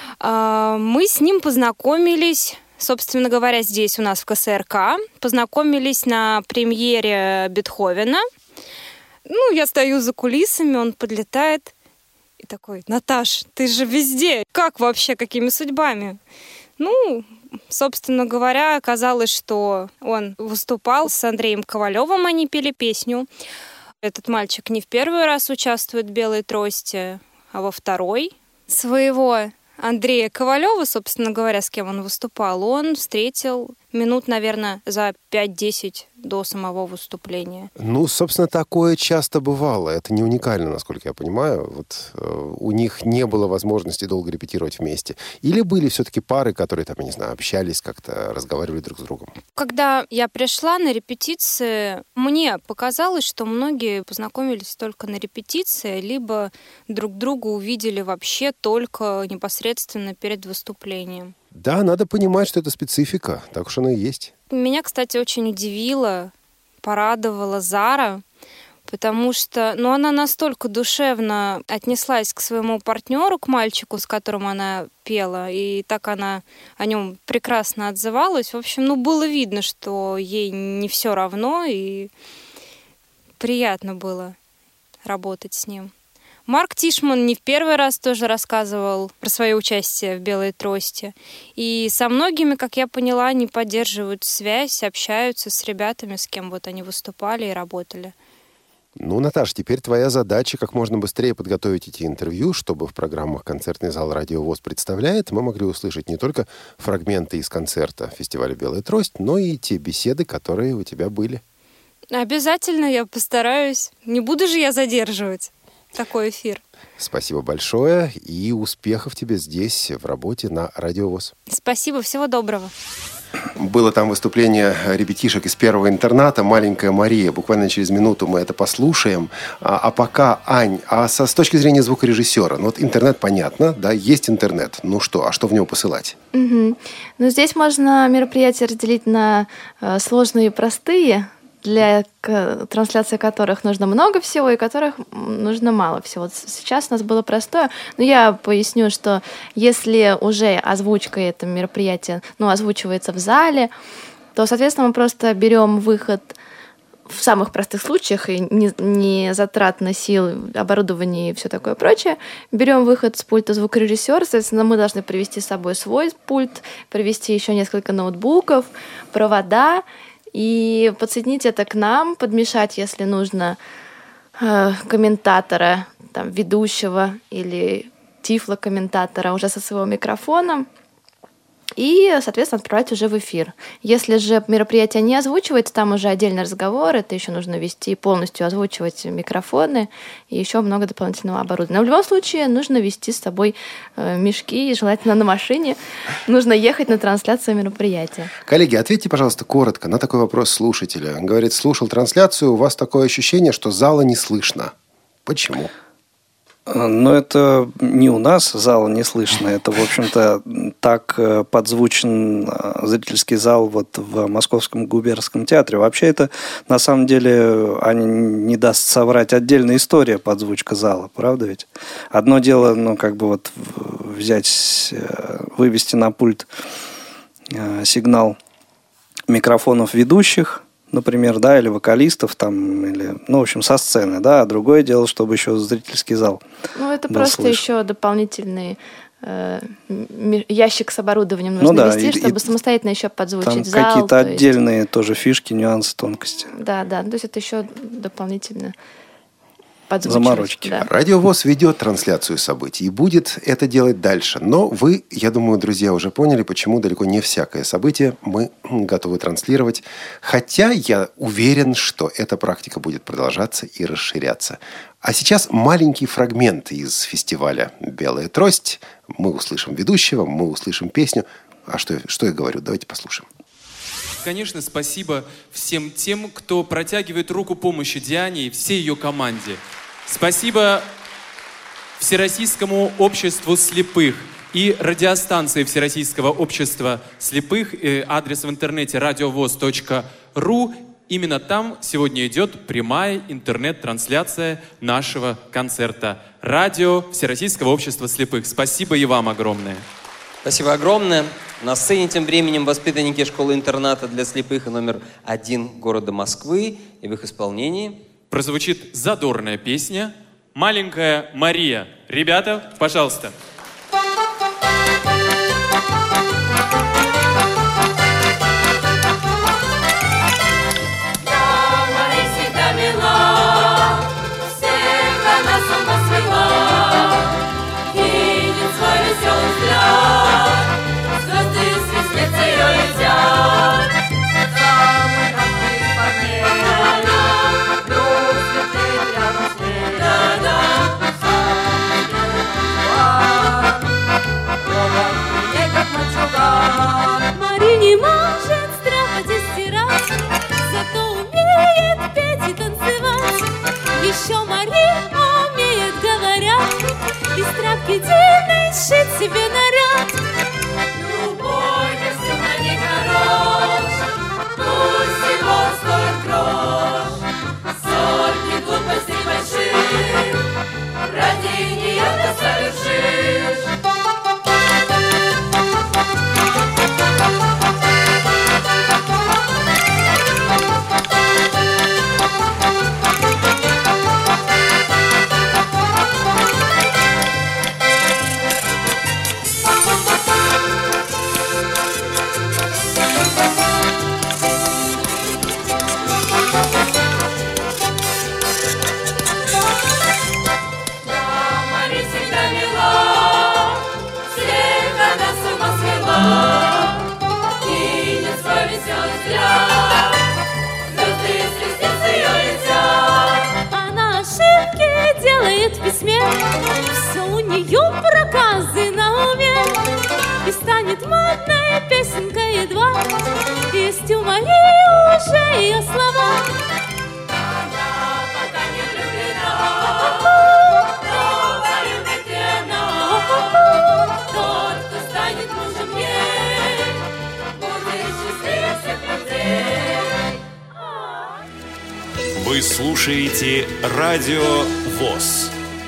Мы с ним познакомились, собственно говоря, здесь у нас в ка эс эр ка. Познакомились на премьере Бетховена. Ну, я стою за кулисами, он подлетает и такой: Наташ, ты же везде. Как вообще, какими судьбами? Ну, собственно говоря, оказалось, что он выступал с Андреем Ковалевым, они пели песню. Этот мальчик не в первый раз участвует в «Белой трости», а во второй. Своего Андрея Ковалева, собственно говоря, с кем он выступал, он встретил минут, наверное, за пять-десять до самого выступления. Ну, собственно, такое часто бывало. Это не уникально, насколько я понимаю. Вот э, у них не было возможности долго репетировать вместе. Или были все-таки пары, которые, там, я не знаю, общались, как-то разговаривали друг с другом? Когда я пришла на репетиции, мне показалось, что многие познакомились только на репетиции, либо друг друга увидели вообще только непосредственно перед выступлением. Да, надо понимать, что это специфика. Так уж оно и есть. Меня, кстати, очень удивила, порадовала Зара, потому что ну, она настолько душевно отнеслась к своему партнеру, к мальчику, с которым она пела, и так она о нем прекрасно отзывалась. В общем, ну, было видно, что ей не все равно, и приятно было работать с ним. Марк Тишман не в первый раз тоже рассказывал про свое участие в «Белой трости». И со многими, как я поняла, они поддерживают связь, общаются с ребятами, с кем вот они выступали и работали. Ну, Наташа, теперь твоя задача как можно быстрее подготовить эти интервью, чтобы в программах «Концертный зал Радио ВОС представляет» мы могли услышать не только фрагменты из концерта фестиваля «Белая трость», но и те беседы, которые у тебя были. Обязательно я постараюсь. Не буду же я задерживать такой эфир. Спасибо большое и успехов тебе здесь, в работе на Радио ВОС. Спасибо, всего доброго. Было там выступление ребятишек из первого интерната «Маленькая Мария». Буквально через минуту мы это послушаем. А, а пока, Ань, а со, с точки зрения звукорежиссера, ну вот интернет понятно, да, есть интернет. Ну что, а что в него посылать? Угу. Ну, здесь можно мероприятия разделить на э, сложные и простые, для трансляции которых нужно много всего и которых нужно мало всего. Вот сейчас у нас было простое, но я поясню, что если уже озвучка этого мероприятия, ну, озвучивается в зале, то, соответственно, мы просто берем выход в самых простых случаях и не, не затратно сил, оборудование и все такое прочее. Берем выход с пульта звукорежиссера, соответственно, мы должны привезти с собой свой пульт, привезти еще несколько ноутбуков, провода, и подсоединить это к нам, подмешать, если нужно, э, комментатора, там, ведущего или тифлокомментатора уже со своим микрофоном. И, соответственно, отправлять уже в эфир. Если же мероприятие не озвучивается, там уже отдельный разговор, это еще нужно вести, полностью озвучивать микрофоны и еще много дополнительного оборудования. Но в любом случае нужно вести с собой э, мешки, желательно на машине. Нужно ехать на трансляцию мероприятия. Коллеги, ответьте, пожалуйста, коротко на такой вопрос слушателя. Говорит, слушал трансляцию, у вас такое ощущение, что зала не слышно. Почему? Но это не у нас зала не слышно. Это, в общем-то, так подзвучен зрительский зал вот в Московском губернском театре. Вообще это, на самом деле, Аня не даст соврать, отдельная история подзвучка зала. Правда ведь? Одно дело, ну, как бы вот взять, вывести на пульт сигнал микрофонов ведущих, например, да, или вокалистов там, или, ну, в общем, со сцены, да, а другое дело, чтобы еще зрительский зал Ну, это был просто слышен. еще дополнительный э, ящик с оборудованием нужно Ну, да, вести, и, чтобы и самостоятельно еще подзвучить там зал. какие-то то есть- отдельные тоже фишки, нюансы, тонкости. Да, да, то есть это еще дополнительно подзвучивать. Заморочки. Да. Радио ВОС ведет трансляцию событий и будет это делать дальше. Но вы, я думаю, друзья, уже поняли, почему далеко не всякое событие мы готовы транслировать. Хотя я уверен, что эта практика будет продолжаться и расширяться. А сейчас маленький фрагмент из фестиваля «Белая трость». Мы услышим ведущего, мы услышим песню. А что, что я говорю? Давайте послушаем. Конечно, спасибо всем тем, кто протягивает руку помощи Диане и всей ее команде. Спасибо Всероссийскому обществу слепых и радиостанции Всероссийского общества слепых. Адрес в интернете радиовоз точка ру. Именно там сегодня идет прямая интернет-трансляция нашего концерта. Радио Всероссийского общества слепых. Спасибо и вам огромное. Спасибо огромное. На сцене тем временем воспитанники школы-интерната для слепых номер один города Москвы. И в их исполнении прозвучит задорная песня «Маленькая Мария». Ребята, пожалуйста. Мари не может стряпать и стирать, зато умеет петь и танцевать. Еще Мари умеет, говорят, из тряпки дивной сшить себе наряд. Любой костюм на ней хорош, пусть его стоит грош. Сотни глупостей больших ради нее ты совершишь. В письме все у нее проказы на уме, и станет модная песенка едва, есть у Марии уже ее слова. Она пока не влюблена, но полюбит ли она тот, кто станет мужем ей, будет счастливее всех людей. Вы слушаете Радио ВОС.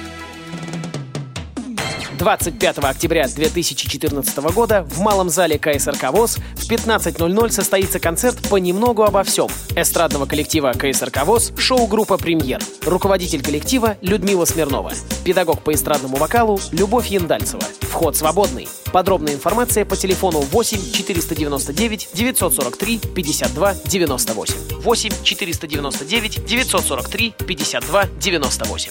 двадцать пятого октября две тысячи четырнадцатого года в Малом зале ка эс эр ка ВОС в пятнадцать ноль ноль состоится концерт «Понемногу обо всем» эстрадного коллектива ка эс эр ка ВОС, шоу-группа «Премьер». Руководитель коллектива Людмила Смирнова. Педагог по эстрадному вокалу Любовь Яндальцева. Вход свободный. Подробная информация по телефону восемь четыреста девяносто девять девятьсот сорок три пятьдесят два девяносто восемь. восемь четыреста девяносто девять девятьсот сорок три пятьдесят два девяносто восемь.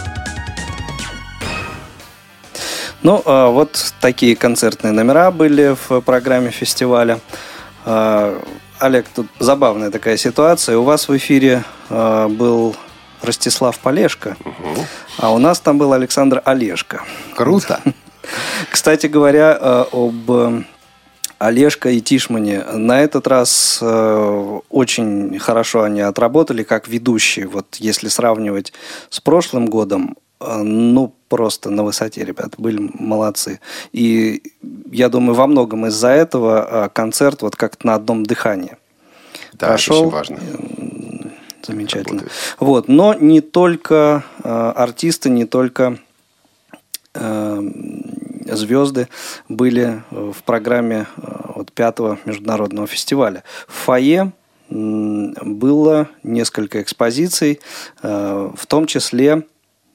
Ну, вот такие концертные номера были в программе фестиваля. Олег, тут забавная такая ситуация. У вас в эфире был Ростислав Полешко, угу. а у нас там был Александр Олешко. Круто! Кстати говоря, об Олешко и Тишмане. На этот раз очень хорошо они отработали как ведущие. Вот если сравнивать с прошлым годом, ну, просто на высоте, ребята, были молодцы. И я думаю, во многом из-за этого концерт вот как-то на одном дыхании да, прошел. Это очень важно. Замечательно. Вот. Но не только э, артисты, не только э, звезды были в программе э, вот, пятого международного фестиваля. В фойе было несколько экспозиций, в том числе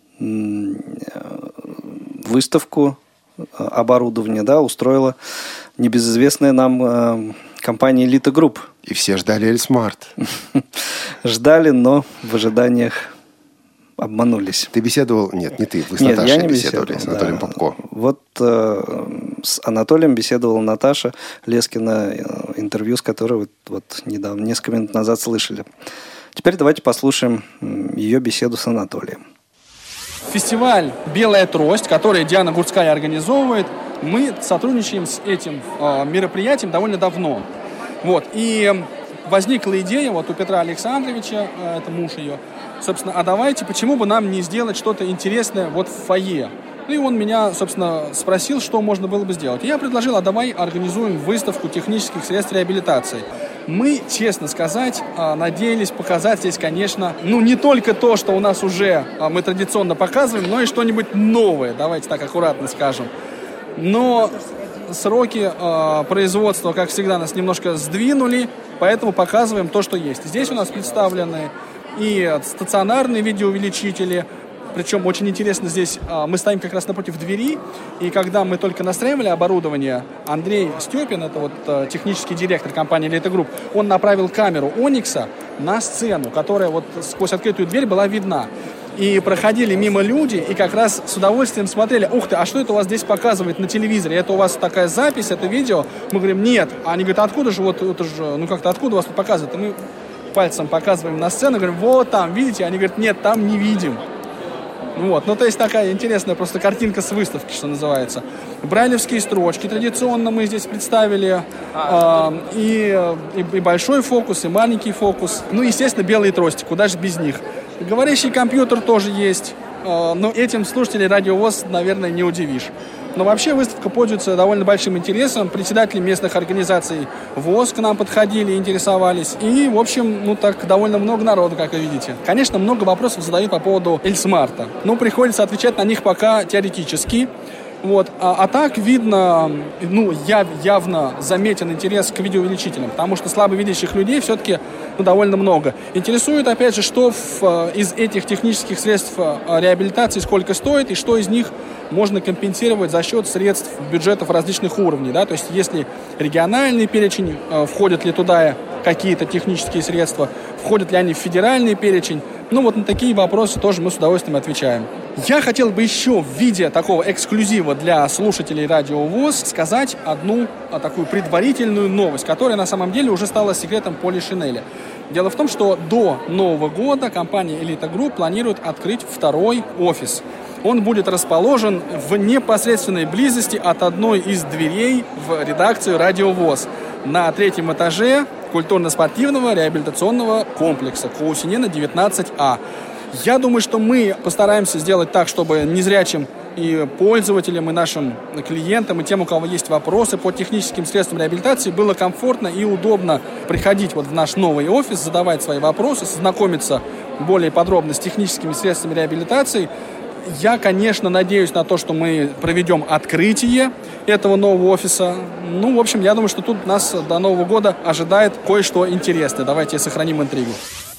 выставку оборудования, да, устроила небезызвестная нам компания «Элита Групп». И все ждали Эльсмарт. Ждали, но в ожиданиях обманулись. Ты беседовал? Нет, не ты. Вы с Нет, Наташей я не беседовали, беседовал, с Анатолием да. Попко. Вот э, с Анатолием беседовала Наташа Лескина, интервью с которой вот, вот недавно, несколько минут назад слышали. Теперь давайте послушаем ее беседу с Анатолием. Фестиваль «Белая трость», который Диана Гурцкая организовывает, мы сотрудничаем с этим э, мероприятием довольно давно. Вот. И возникла идея вот у Петра Александровича, э, это муж ее, собственно, а давайте, почему бы нам не сделать что-то интересное вот в фойе? Ну и он меня, собственно, спросил, что можно было бы сделать. И я предложил, а давай организуем выставку технических средств реабилитации. Мы, честно сказать, надеялись показать здесь, конечно, ну не только то, что у нас уже мы традиционно показываем, но и что-нибудь новое, давайте так аккуратно скажем. Но сроки э, производства, как всегда, нас немножко сдвинули, поэтому показываем то, что есть. Здесь у нас представлены и стационарные видеоувеличители, причем очень интересно здесь, э, мы стоим как раз напротив двери, и когда мы только настраивали оборудование, Андрей Степин, это вот э, технический директор компании «Элита Групп», он направил камеру Оникса на сцену, которая вот сквозь открытую дверь была видна. И проходили мимо люди, и как раз с удовольствием смотрели: ух ты, а что это у вас здесь показывает на телевизоре? Это у вас такая запись, это видео? Мы говорим: нет. А они говорят: откуда же, вот это же, ну как-то откуда у вас тут показывают? И мы пальцем показываем на сцену, говорим: вот там, видите? Они говорят: нет, там не видим. Вот. Ну, то есть такая интересная просто картинка с выставки, что называется. Брайлевские строчки традиционно мы здесь представили. Э, и, и, и большой фокус, и маленький фокус. Ну, естественно, белые трости, куда же без них. Говорящий компьютер тоже есть. Э, но этим слушателей Радио ВОС, наверное, не удивишь. Но вообще выставка пользуется довольно большим интересом. Председатели местных организаций ВОС к нам подходили, интересовались. И, в общем, ну так довольно много народу, как вы видите. Конечно, много вопросов задают по поводу Эльсмарта. Но приходится отвечать на них пока теоретически. Вот. А, а так видно, ну, яв, явно заметен интерес к видеоувеличителям, потому что слабовидящих людей все-таки ну, довольно много. Интересует, опять же, что в, из этих технических средств реабилитации сколько стоит и что из них можно компенсировать за счет средств бюджетов различных уровней. Да? То есть, если региональный перечень, входят ли туда какие-то технические средства, входят ли они в федеральный перечень. Ну, вот на такие вопросы тоже мы с удовольствием отвечаем. Я хотел бы еще в виде такого эксклюзива для слушателей Радио ВОС сказать одну а, такую предварительную новость, которая на самом деле уже стала секретом Поли Шинеля. Дело в том, что до Нового года компания «Элита Групп» планирует открыть второй офис. Он будет расположен в непосредственной близости от одной из дверей в редакцию Радио ВОС на третьем этаже культурно-спортивного реабилитационного комплекса Каусинена девятнадцать А. Я думаю, что мы постараемся сделать так, чтобы незрячим и пользователям, и нашим клиентам, и тем, у кого есть вопросы по техническим средствам реабилитации, было комфортно и удобно приходить вот в наш новый офис, задавать свои вопросы, знакомиться более подробно с техническими средствами реабилитации. Я, конечно, надеюсь на то, что мы проведем открытие этого нового офиса. Ну, в общем, я думаю, что тут нас до Нового года ожидает кое-что интересное. Давайте сохраним интригу.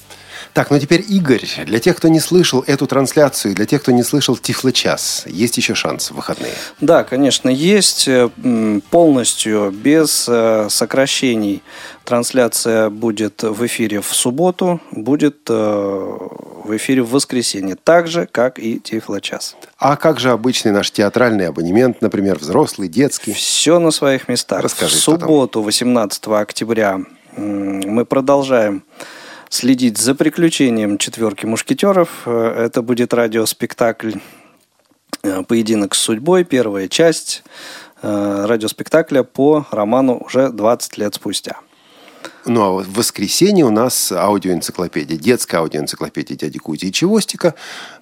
Так, ну теперь, Игорь, для тех, кто не слышал эту трансляцию, для тех, кто не слышал Тифлочас, есть еще шанс в выходные? Да, конечно, есть. Полностью, без сокращений. Трансляция будет в эфире в субботу, будет в эфире в воскресенье, так же, как и Тифлочас. А как же обычный наш театральный абонемент, например, взрослый, детский? Все на своих местах. Расскажи, в субботу, восемнадцатого октября, мы продолжаем следить за приключением четверки мушкетеров. Это будет радиоспектакль «Поединок с судьбой», первая часть радиоспектакля по роману уже двадцать лет спустя. Ну, а в воскресенье у нас аудиоэнциклопедия, детская аудиоэнциклопедия дяди Кути и Чевостика.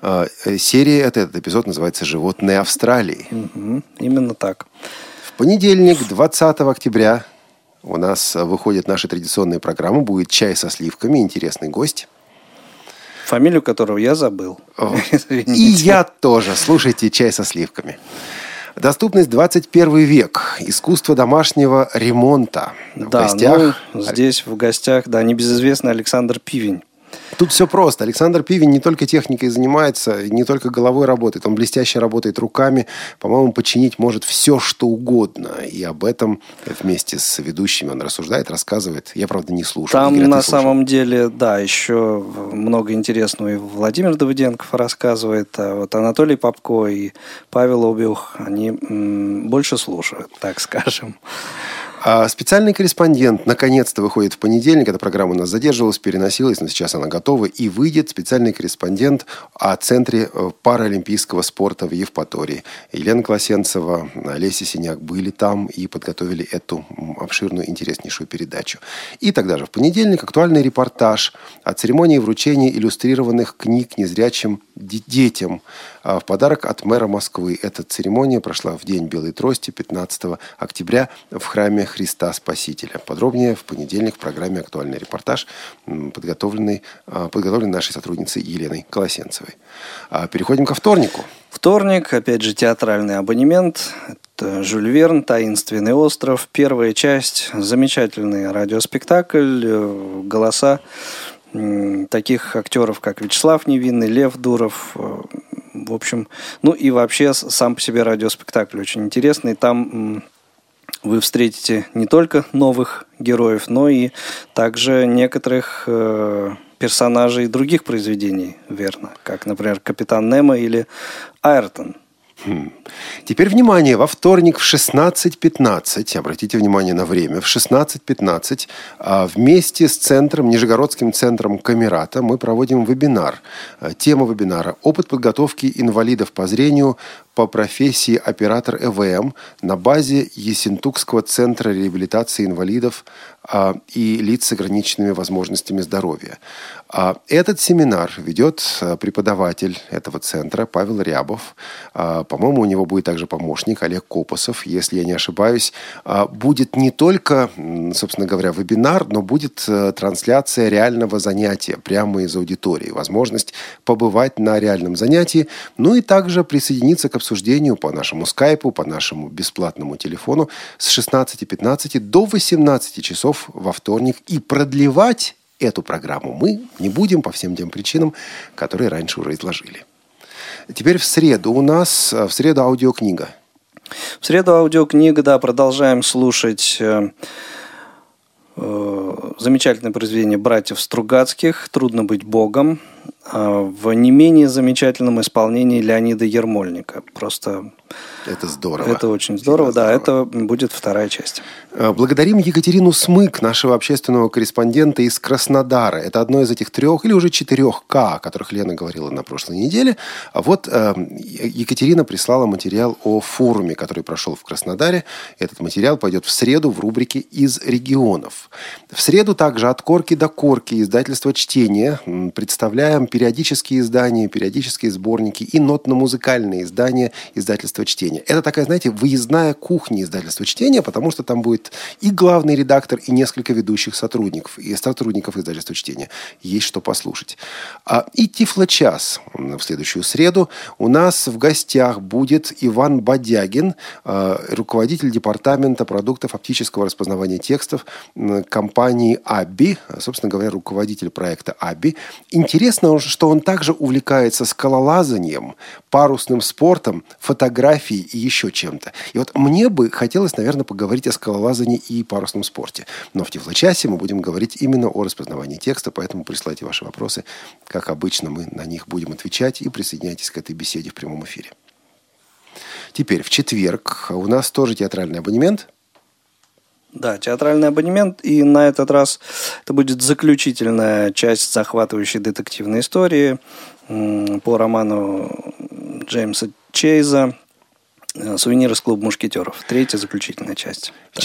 Серия, это, этот эпизод называется «Животные Австралии». Угу, именно так. В понедельник, двадцатого октября, у нас выходит наша традиционная программа. Будет «Чай со сливками». Интересный гость. Фамилию которого я забыл. И я тоже. Слушайте «Чай со сливками». Доступность двадцать первый век. Искусство домашнего ремонта. В да, гостях... ну, здесь в гостях, да, небезызвестный Александр Пивень. Тут все просто. Александр Пивень не только техникой занимается, не только головой работает. Он блестяще работает руками. По-моему, починить может все, что угодно. И об этом вместе с ведущими он рассуждает, рассказывает. Я, правда, не слушаю. Там Игорь, на слушал? самом деле, да, еще много интересного. И Владимир Давыденков рассказывает. А вот Анатолий Попко и Павел Обиух, они м- больше слушают, так скажем. Специальный корреспондент наконец-то выходит в понедельник. Эта программа у нас задерживалась, переносилась, но сейчас она готова. И выйдет специальный корреспондент о Центре паралимпийского спорта в Евпатории. Елена Колосенцева, Олеся Синяк были там и подготовили эту обширную, интереснейшую передачу. И тогда же в понедельник актуальный репортаж о церемонии вручения иллюстрированных книг незрячим детям в подарок от мэра Москвы. Эта церемония прошла в День Белой Трости, пятнадцатого октября, в храме Христа Спасителя. Подробнее в понедельник в программе «Актуальный репортаж», подготовленный, подготовленный нашей сотрудницей Еленой Колосенцевой. Переходим ко вторнику. Вторник, опять же, театральный абонемент. Это Жюль Верн, «Таинственный остров». Первая часть, замечательный радиоспектакль, голоса таких актеров, как Вячеслав Невинный, Лев Дуров. В общем, ну и вообще сам по себе радиоспектакль очень интересный. Там вы встретите не только новых героев, но и также некоторых э, персонажей других произведений Верна, как, например, Капитан Немо или Айртон. Хм. Теперь внимание, во вторник в шестнадцать пятнадцать, обратите внимание на время, в шестнадцать пятнадцать вместе с центром, Нижегородским центром Камерата мы проводим вебинар. Тема вебинара – опыт подготовки инвалидов по зрению по профессии оператор э вэ эм на базе Ессентукского центра реабилитации инвалидов а, и лиц с ограниченными возможностями здоровья. А, этот семинар ведет преподаватель этого центра Павел Рябов. А, по-моему, у него будет также помощник Олег Копосов, если я не ошибаюсь. А, будет не только, собственно говоря, вебинар, но будет а, трансляция реального занятия прямо из аудитории. Возможность побывать на реальном занятии, ну и также присоединиться к обсуждению по нашему скайпу, по нашему бесплатному телефону с шестнадцати пятнадцати до восемнадцати часов во вторник. И продлевать эту программу мы не будем по всем тем причинам, которые раньше уже изложили. Теперь в среду у нас, в среду аудиокнига. В среду аудиокнига, да, продолжаем слушать э, э, замечательное произведение братьев Стругацких «Трудно быть Богом» в не менее замечательном исполнении Леонида Ермольника. Просто это здорово. Это очень здорово, да, здорово. Это будет вторая часть. Благодарим Екатерину Смык, нашего общественного корреспондента из Краснодара. Это одно из этих трех или уже четырех К, о которых Лена говорила на прошлой неделе. А вот э, Екатерина прислала материал о форуме, который прошел в Краснодаре. Этот материал пойдет в среду в рубрике «Из регионов». В среду также «От корки до корки» издательство «Чтение». Представляем периодические издания, периодические сборники и нотно-музыкальные издания издательства «Чтение». Это такая, знаете, выездная кухня издательства «Чтение», потому что там будет и главный редактор, и несколько ведущих сотрудников, и сотрудников издательства «Чтение». Есть что послушать. И Тифло-час в следующую среду. У нас в гостях будет Иван Бодягин, руководитель департамента продуктов оптического распознавания текстов компании «Абби», собственно говоря, руководитель проекта «Абби». Интересно, что он также увлекается скалолазанием, парусным спортом, фотографией и еще чем-то. И вот мне бы хотелось, наверное, поговорить о скалолазании и парусном спорте. Но в Тифло-часе мы будем говорить именно о распознавании текста, поэтому присылайте ваши вопросы. Как обычно, мы на них будем отвечать, и присоединяйтесь к этой беседе в прямом эфире. Теперь, в четверг у нас тоже театральный абонемент. Да, театральный абонемент, и на этот раз это будет заключительная часть захватывающей детективной истории по роману Джеймса Чейза «Сувенир из клуба мушкетеров». Третья заключительная часть. В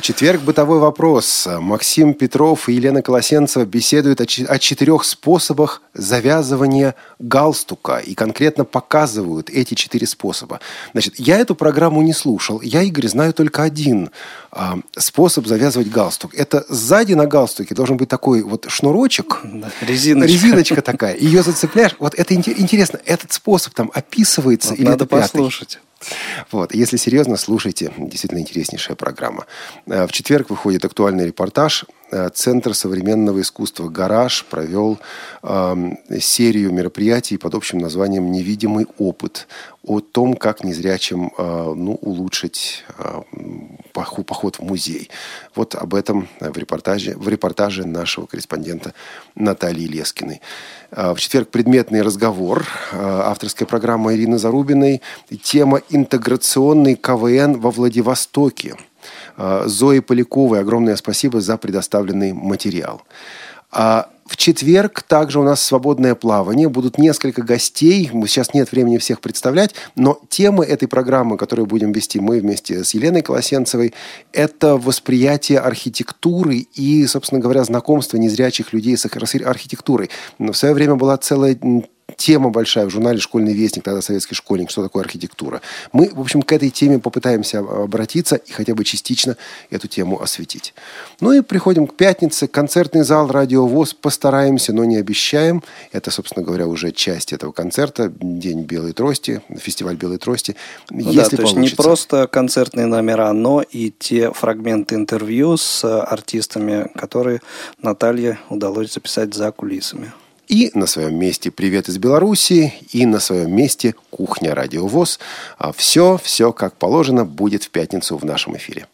В четверг «Бытовой вопрос». Максим Петров и Елена Колосенцева беседуют о, ч- о четырех способах завязывания галстука и конкретно показывают эти четыре способа. Значит, я эту программу не слушал. Я, Игорь, знаю только один а, способ завязывать галстук. Это сзади на галстуке должен быть такой вот шнурочек. Да, резиночка. Резиночка такая. Ее зацепляешь. Вот это интересно. Этот способ там описывается Вот или надо это пятый? послушать. Вот. Если серьезно, слушайте. Действительно интереснейшая программа. В четверг выходит актуальный репортаж. Центр современного искусства «Гараж» провел э, серию мероприятий под общим названием «Невидимый опыт» о том, как незрячим э, ну, улучшить э, поход в музей. Вот об этом в репортаже, в репортаже нашего корреспондента Натальи Лескиной. В четверг предметный разговор. Авторская программа Ирины Зарубиной. Тема «Интеграционный КВН во Владивостоке». Зои Поляковой огромное спасибо за предоставленный материал. А в четверг также у нас свободное плавание. Будут несколько гостей. Сейчас нет времени всех представлять. Но тема этой программы, которую будем вести мы вместе с Еленой Колосенцевой, это восприятие архитектуры и, собственно говоря, знакомство незрячих людей с архитектурой. В свое время была целая тема большая в журнале «Школьный вестник», тогда «Советский школьник», что такое архитектура. Мы, в общем, к этой теме попытаемся обратиться и хотя бы частично эту тему осветить. Ну и приходим к пятнице. Концертный зал «Радио ВОС». Постараемся, но не обещаем. Это, собственно говоря, уже часть этого концерта. День белой трости, фестиваль белой трости. Ну, если да, то есть не просто концертные номера, но и те фрагменты интервью с артистами, которые Наталье удалось записать за кулисами. И на своем месте «Привет из Беларуси», и на своем месте «Кухня Радио ВОС». Все, все как положено будет в пятницу в нашем эфире.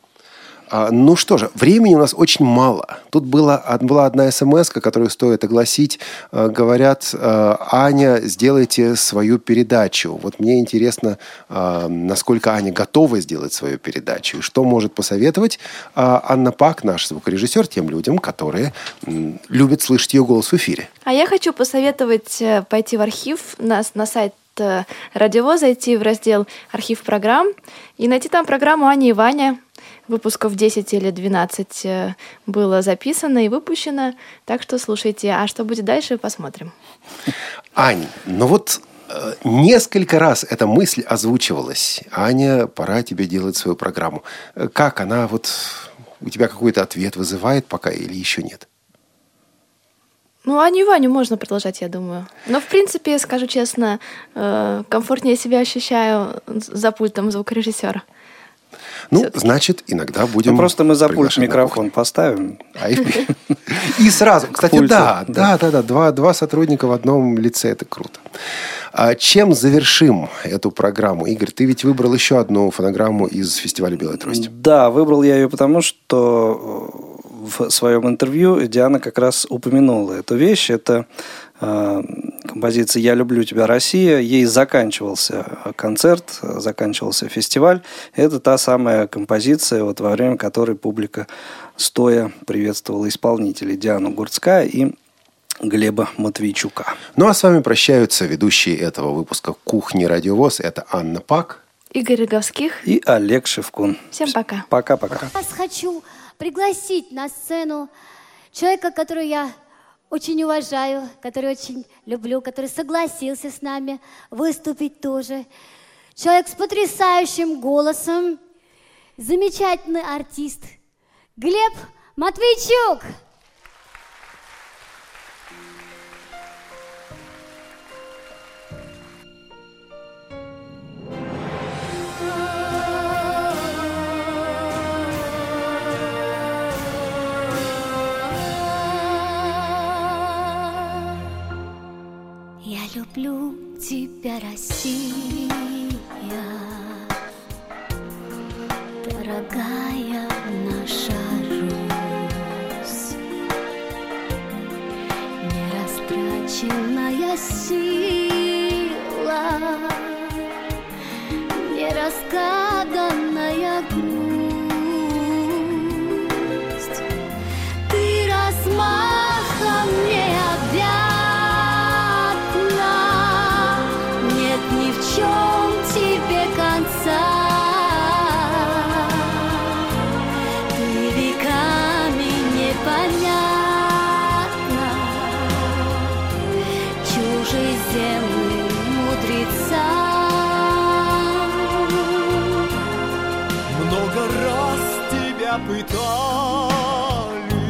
Ну что же, времени у нас очень мало. Тут была, была одна смс-ка, которую стоит огласить. Говорят: Аня, сделайте свою передачу. Вот мне интересно, насколько Аня готова сделать свою передачу. И что может посоветовать Анна Пак, наш звукорежиссер, тем людям, которые любят слышать ее голос в эфире. А я хочу посоветовать пойти в архив, на, на сайт Радио ВОС, зайти в раздел «Архив программ» и найти там программу «Аня и Ваня». Выпусков десять или двенадцать было записано и выпущено. Так что слушайте. А что будет дальше, посмотрим. Ань, ну вот э, несколько раз эта мысль озвучивалась. Аня, пора тебе делать свою программу. Как она вот... У тебя какой-то ответ вызывает пока или еще нет? Ну, Аню и Ваню можно продолжать, я думаю. Но, в принципе, скажу честно, э, комфортнее себя ощущаю за пультом звукорежиссера. Ну, все-таки. Значит, иногда будем... Ну, просто мы за пульт микрофон поставим. И сразу. Кстати, да, да, да, да. Два, два сотрудника в одном лице. Это круто. А чем завершим эту программу? Игорь, ты ведь выбрал еще одну фонограмму из фестиваля «Белая трость». Да, выбрал я ее потому, что в своем интервью Диана как раз упомянула эту вещь. Это э, композиция «Я люблю тебя, Россия». Ей заканчивался концерт, заканчивался фестиваль. Это та самая композиция, вот, во время которой публика стоя приветствовала исполнителей Диану Гурцкая и Глеба Матвейчука. Ну а с вами прощаются ведущие этого выпуска «Кухни Радио ВОС». Это Анна Пак, Игорь Роговских и Олег Шевкун. Всем пока. Пока-пока. Я вас хочу пригласить на сцену человека, которого я очень уважаю, который очень люблю, который согласился с нами выступить тоже. Человек с потрясающим голосом, замечательный артист Глеб Матвейчук. Я люблю тебя, Россия, дорогая наша Русь, нерастраченная сила, неразгаданная грусть. Ты размахом необъятна, ни в чем тебе конца. пытали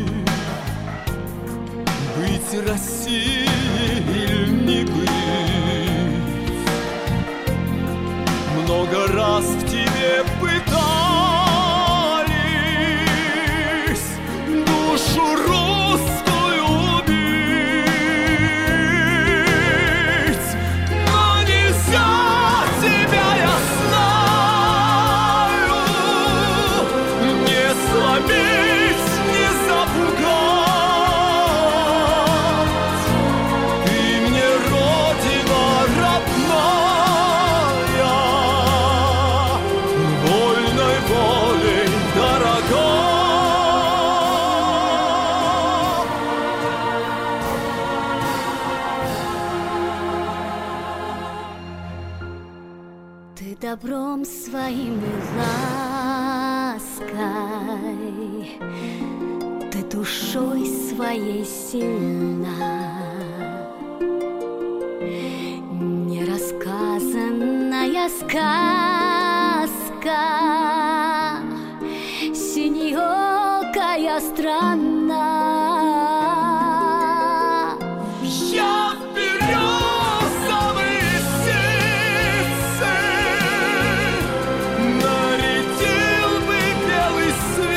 быть Россией или не быть. Много раз в тебе пытались душу русскую убить, но нельзя тебя, я знаю, не сломить, не запугать. Ты мне родина родная, вольной волей дорога. Ты добром своим и лаской, ты душой своей сильна. Нерассказанная сказка, синеокая страна. Я в березовые ситцы нарядил бы белый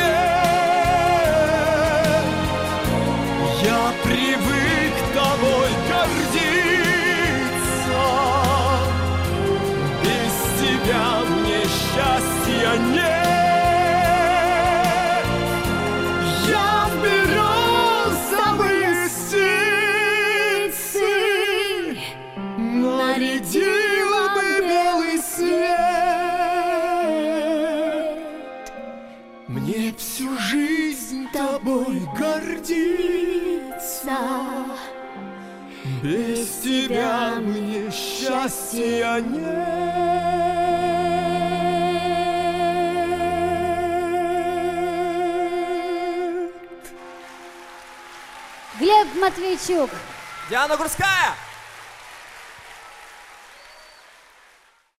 свет. Я привык тобой гордиться, без тебя мне счастья нет. Я в березовые ситцы нарядила бы белый свет. Мне всю жизнь тобой гордиться, без тебя мне счастья нет. Глеб Матвейчук. Диана Гурская.